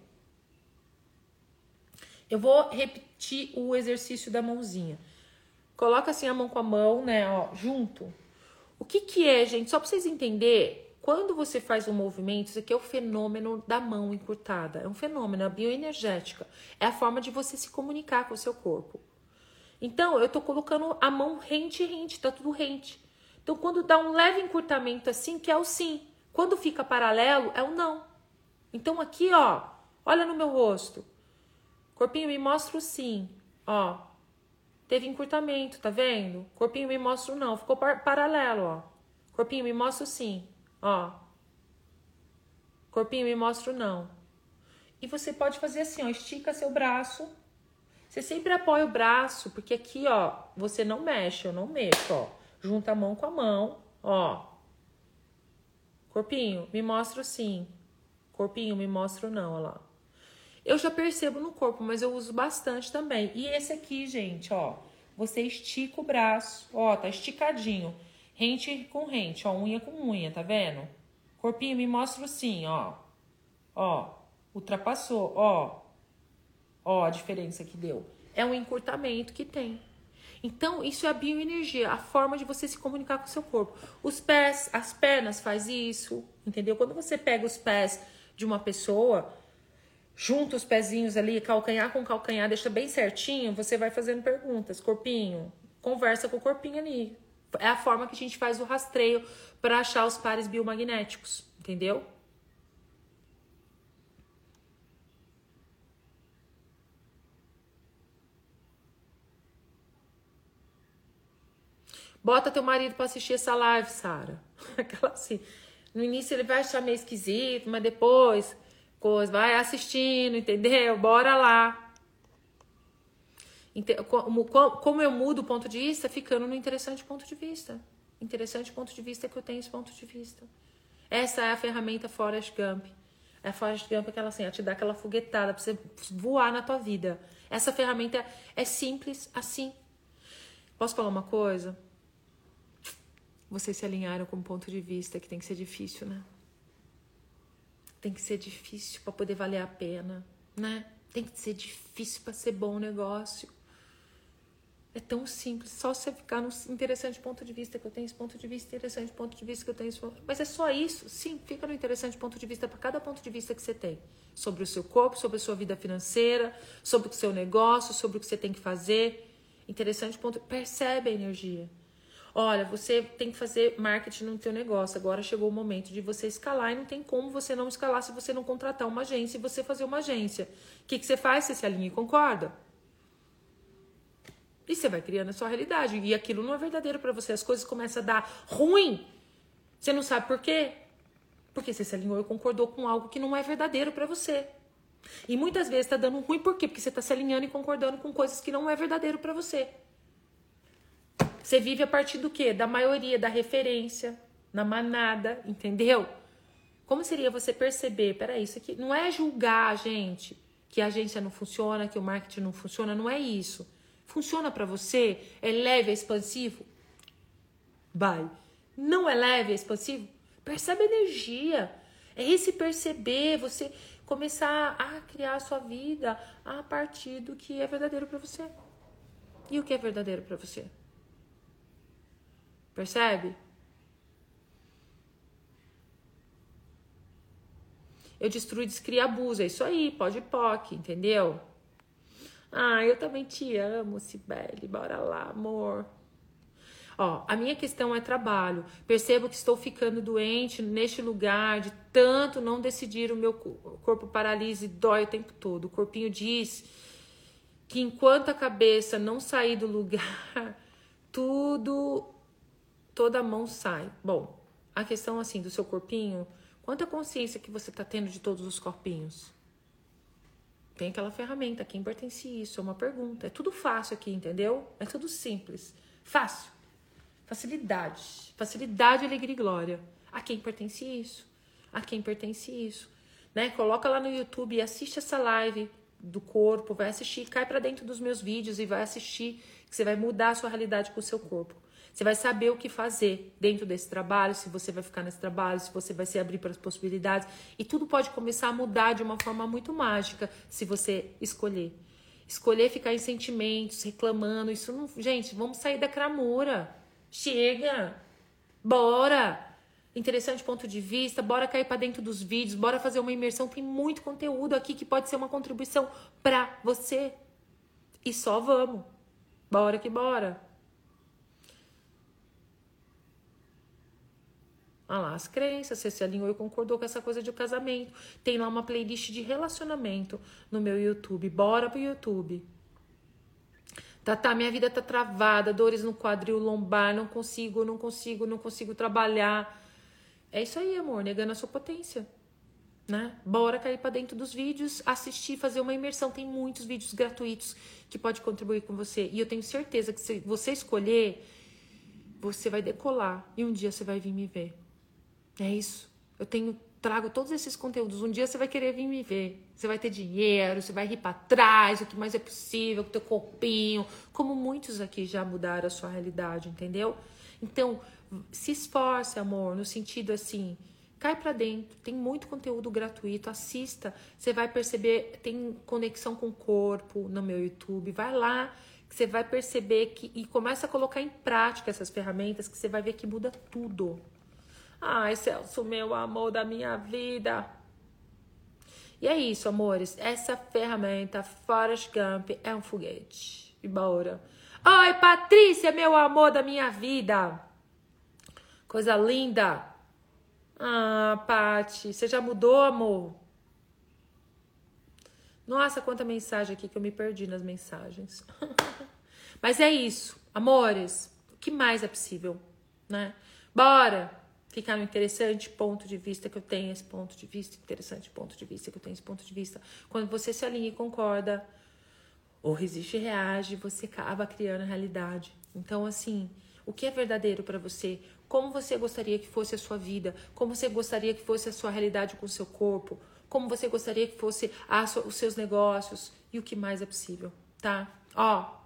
Eu vou repetir o exercício da mãozinha. Coloca assim a mão com a mão, né? Ó, junto. O que é, gente? Só pra vocês entenderem. Quando você faz um movimento, isso aqui é o fenômeno da mão encurtada. É um fenômeno, é bioenergética. É a forma de você se comunicar com o seu corpo. Então, eu tô colocando a mão rente, tá tudo rente. Então, quando dá um leve encurtamento assim, que é o sim. Quando fica paralelo, é o não. Então, aqui, ó, olha no meu rosto. Corpinho, me mostra o sim. Ó, teve encurtamento, tá vendo? Corpinho, me mostra o não. Ficou paralelo, ó. Corpinho, me mostra o sim. Ó, corpinho, me mostra o não. E você pode fazer assim, ó, estica seu braço. Você sempre apoia o braço, porque aqui, ó, você não mexe, eu não mexo, ó. Junta a mão com a mão, ó. Corpinho, me mostra o sim. Corpinho, me mostra o não, ó lá. Eu já percebo no corpo, mas eu uso bastante também. E esse aqui, gente, ó. Você estica o braço, ó, tá esticadinho. Rente com rente, ó, unha com unha, tá vendo? Corpinho, me mostra o sim, ó. Ó, ultrapassou, ó. Ó, a diferença que deu. É um encurtamento que tem. Então, isso é a bioenergia, a forma de você se comunicar com o seu corpo. Os pés, as pernas faz isso, entendeu? Quando você pega os pés de uma pessoa, junta os pezinhos ali, calcanhar com calcanhar, deixa bem certinho, você vai fazendo perguntas. Corpinho, conversa com o corpinho ali. É a forma que a gente faz o rastreio para achar os pares biomagnéticos, entendeu? Bota teu marido pra assistir essa live, Sara. Aquela assim. No início ele vai achar meio esquisito, mas depois vai assistindo, entendeu? Bora lá. Como eu mudo o ponto de vista? Ficando no interessante ponto de vista. Interessante ponto de vista é que eu tenho esse ponto de vista. Essa é a ferramenta Forrest Gump. A Forrest Gump é aquela assim, ela te dá aquela foguetada pra você voar na tua vida. Essa ferramenta é simples assim. Posso falar uma coisa? Vocês se alinharam com um ponto de vista que tem que ser difícil, né? Tem que ser difícil para poder valer a pena, né? Tem que ser difícil para ser bom o negócio. É tão simples, só você ficar no interessante ponto de vista que eu tenho esse ponto de vista, interessante ponto de vista que eu tenho esse ponto... Mas é só isso, sim, fica no interessante ponto de vista para cada ponto de vista que você tem. Sobre o seu corpo, sobre a sua vida financeira, sobre o seu negócio, sobre o que você tem que fazer. Interessante ponto... Percebe a energia. Olha, você tem que fazer marketing no teu negócio. Agora chegou o momento de você escalar e não tem como você não escalar se você não contratar uma agência e você fazer uma agência. O que você faz? Você se alinha e concorda. E você vai criando a sua realidade. E aquilo não é verdadeiro para você. As coisas começam a dar ruim. Você não sabe por quê? Porque você se alinhou e concordou com algo que não é verdadeiro para você. E muitas vezes está dando ruim por quê? Porque você está se alinhando e concordando com coisas que não é verdadeiro para você. Você vive a partir do quê? Da maioria, da referência, na manada, entendeu? Como seria você perceber? Peraí, isso aqui não é julgar, gente, que a agência não funciona, que o marketing não funciona, não é isso. Funciona pra você? É leve, é expansivo? Vai. Não é leve, é expansivo? Percebe a energia. É esse perceber, você começar a criar a sua vida a partir do que é verdadeiro pra você. E o que é verdadeiro pra você? Percebe? Eu destruo, descrio, abuso. É isso aí, pode POC, entendeu? Ah, eu também te amo, Cibele. Bora lá, amor. Ó, a minha questão é trabalho. Percebo que estou ficando doente neste lugar de tanto não decidir. O meu corpo paralisa e dói o tempo todo. O corpinho diz que enquanto a cabeça não sair do lugar, toda a mão sai. Bom, a questão assim do seu corpinho, quanta consciência que você tá tendo de todos os corpinhos? Tem aquela ferramenta, a quem pertence isso? É uma pergunta. É tudo fácil aqui, entendeu? É tudo simples. Fácil. Facilidade. Facilidade, alegria e glória. A quem pertence isso? A quem pertence isso? Né? Coloca lá no YouTube e assiste essa live do corpo, vai assistir, cai pra dentro dos meus vídeos e vai assistir, que você vai mudar a sua realidade com o seu corpo. Você vai saber o que fazer dentro desse trabalho, se você vai ficar nesse trabalho, se você vai se abrir para as possibilidades. E tudo pode começar a mudar de uma forma muito mágica se você escolher. Escolher ficar em sentimentos, reclamando, isso não... Gente, vamos sair da cramura. Chega! Bora! Interessante ponto de vista, bora cair para dentro dos vídeos, bora fazer uma imersão. Tem muito conteúdo aqui que pode ser uma contribuição para você. E só vamos. Bora que bora. Ah lá, as crenças, você se alinhou e concordou com essa coisa de casamento. Tem lá uma playlist de relacionamento no meu YouTube. Bora pro YouTube. Tá, minha vida tá travada, dores no quadril lombar, não consigo trabalhar. É isso aí, amor, negando a sua potência. né? Bora cair pra dentro dos vídeos, assistir, fazer uma imersão. Tem muitos vídeos gratuitos que pode contribuir com você. E eu tenho certeza que se você escolher, você vai decolar. E um dia você vai vir me ver. É isso. Trago todos esses conteúdos. Um dia você vai querer vir me ver. Você vai ter dinheiro, você vai rir pra trás, o que mais é possível, com o teu corpinho. Como muitos aqui já mudaram a sua realidade, entendeu? Então, se esforce, amor, no sentido assim, cai pra dentro. Tem muito conteúdo gratuito, assista. Você vai perceber, tem conexão com o corpo no meu YouTube. Vai lá, que você vai perceber e começa a colocar em prática essas ferramentas, que você vai ver que muda tudo. Ai, Celso, meu amor da minha vida. E é isso, amores. Essa ferramenta Forrest Gump é um foguete. E bora. Oi, Patrícia, meu amor da minha vida. Coisa linda. Ah, Pati, você já mudou, amor? Nossa, quanta mensagem aqui que eu me perdi nas mensagens. Mas é isso, amores. O que mais é possível, né? Bora ficar no interessante ponto de vista que eu tenho esse ponto de vista, interessante ponto de vista que eu tenho esse ponto de vista. Quando você se alinha e concorda, ou resiste e reage, você acaba criando a realidade. Então, assim, o que é verdadeiro para você? Como você gostaria que fosse a sua vida? Como você gostaria que fosse a sua realidade com o seu corpo? Como você gostaria que fosse os seus negócios? E o que mais é possível, tá? Ó,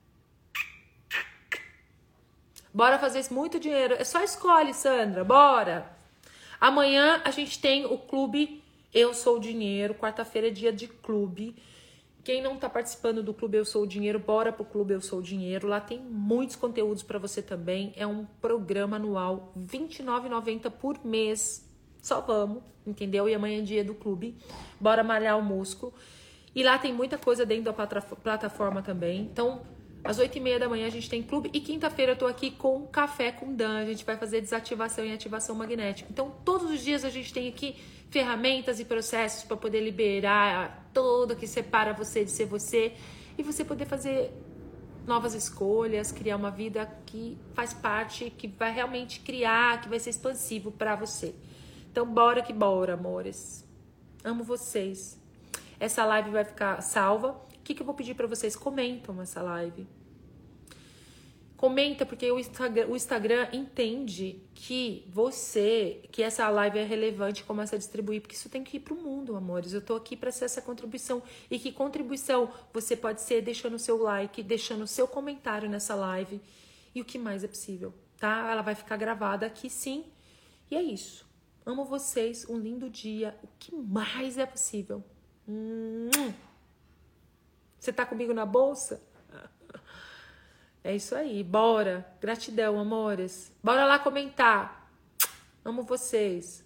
bora fazer muito dinheiro. É só escolhe, Sandra. Bora. Amanhã a gente tem o clube Eu Sou o Dinheiro. Quarta-feira é dia de clube. Quem não tá participando do clube Eu Sou o Dinheiro, bora pro clube Eu Sou o Dinheiro. Lá tem muitos conteúdos para você também. É um programa anual, R$ 29,90 por mês. Só vamos, entendeu? E amanhã é dia do clube. Bora malhar o músculo. E lá tem muita coisa dentro da plataforma também. Então, às 8h30 da manhã a gente tem clube. E quinta-feira eu tô aqui com Café com Dan. A gente vai fazer desativação e ativação magnética. Então, todos os dias a gente tem aqui ferramentas e processos para poder liberar tudo que separa você de ser você. E você poder fazer novas escolhas, criar uma vida que faz parte, que vai realmente criar, que vai ser expansivo para você. Então, bora que bora, amores. Amo vocês. Essa live vai ficar salva. O que eu vou pedir para vocês? Comentam essa live. Comenta, porque o Instagram entende que essa live é relevante e começa a distribuir, porque isso tem que ir pro mundo, amores. Eu tô aqui para ser essa contribuição. E que contribuição você pode ser deixando o seu like, deixando o seu comentário nessa live. E o que mais é possível, tá? Ela vai ficar gravada aqui, sim. E é isso. Amo vocês. Um lindo dia. O que mais é possível? Você tá comigo na bolsa? É isso aí, bora. Gratidão, amores. Bora lá comentar. Amo vocês.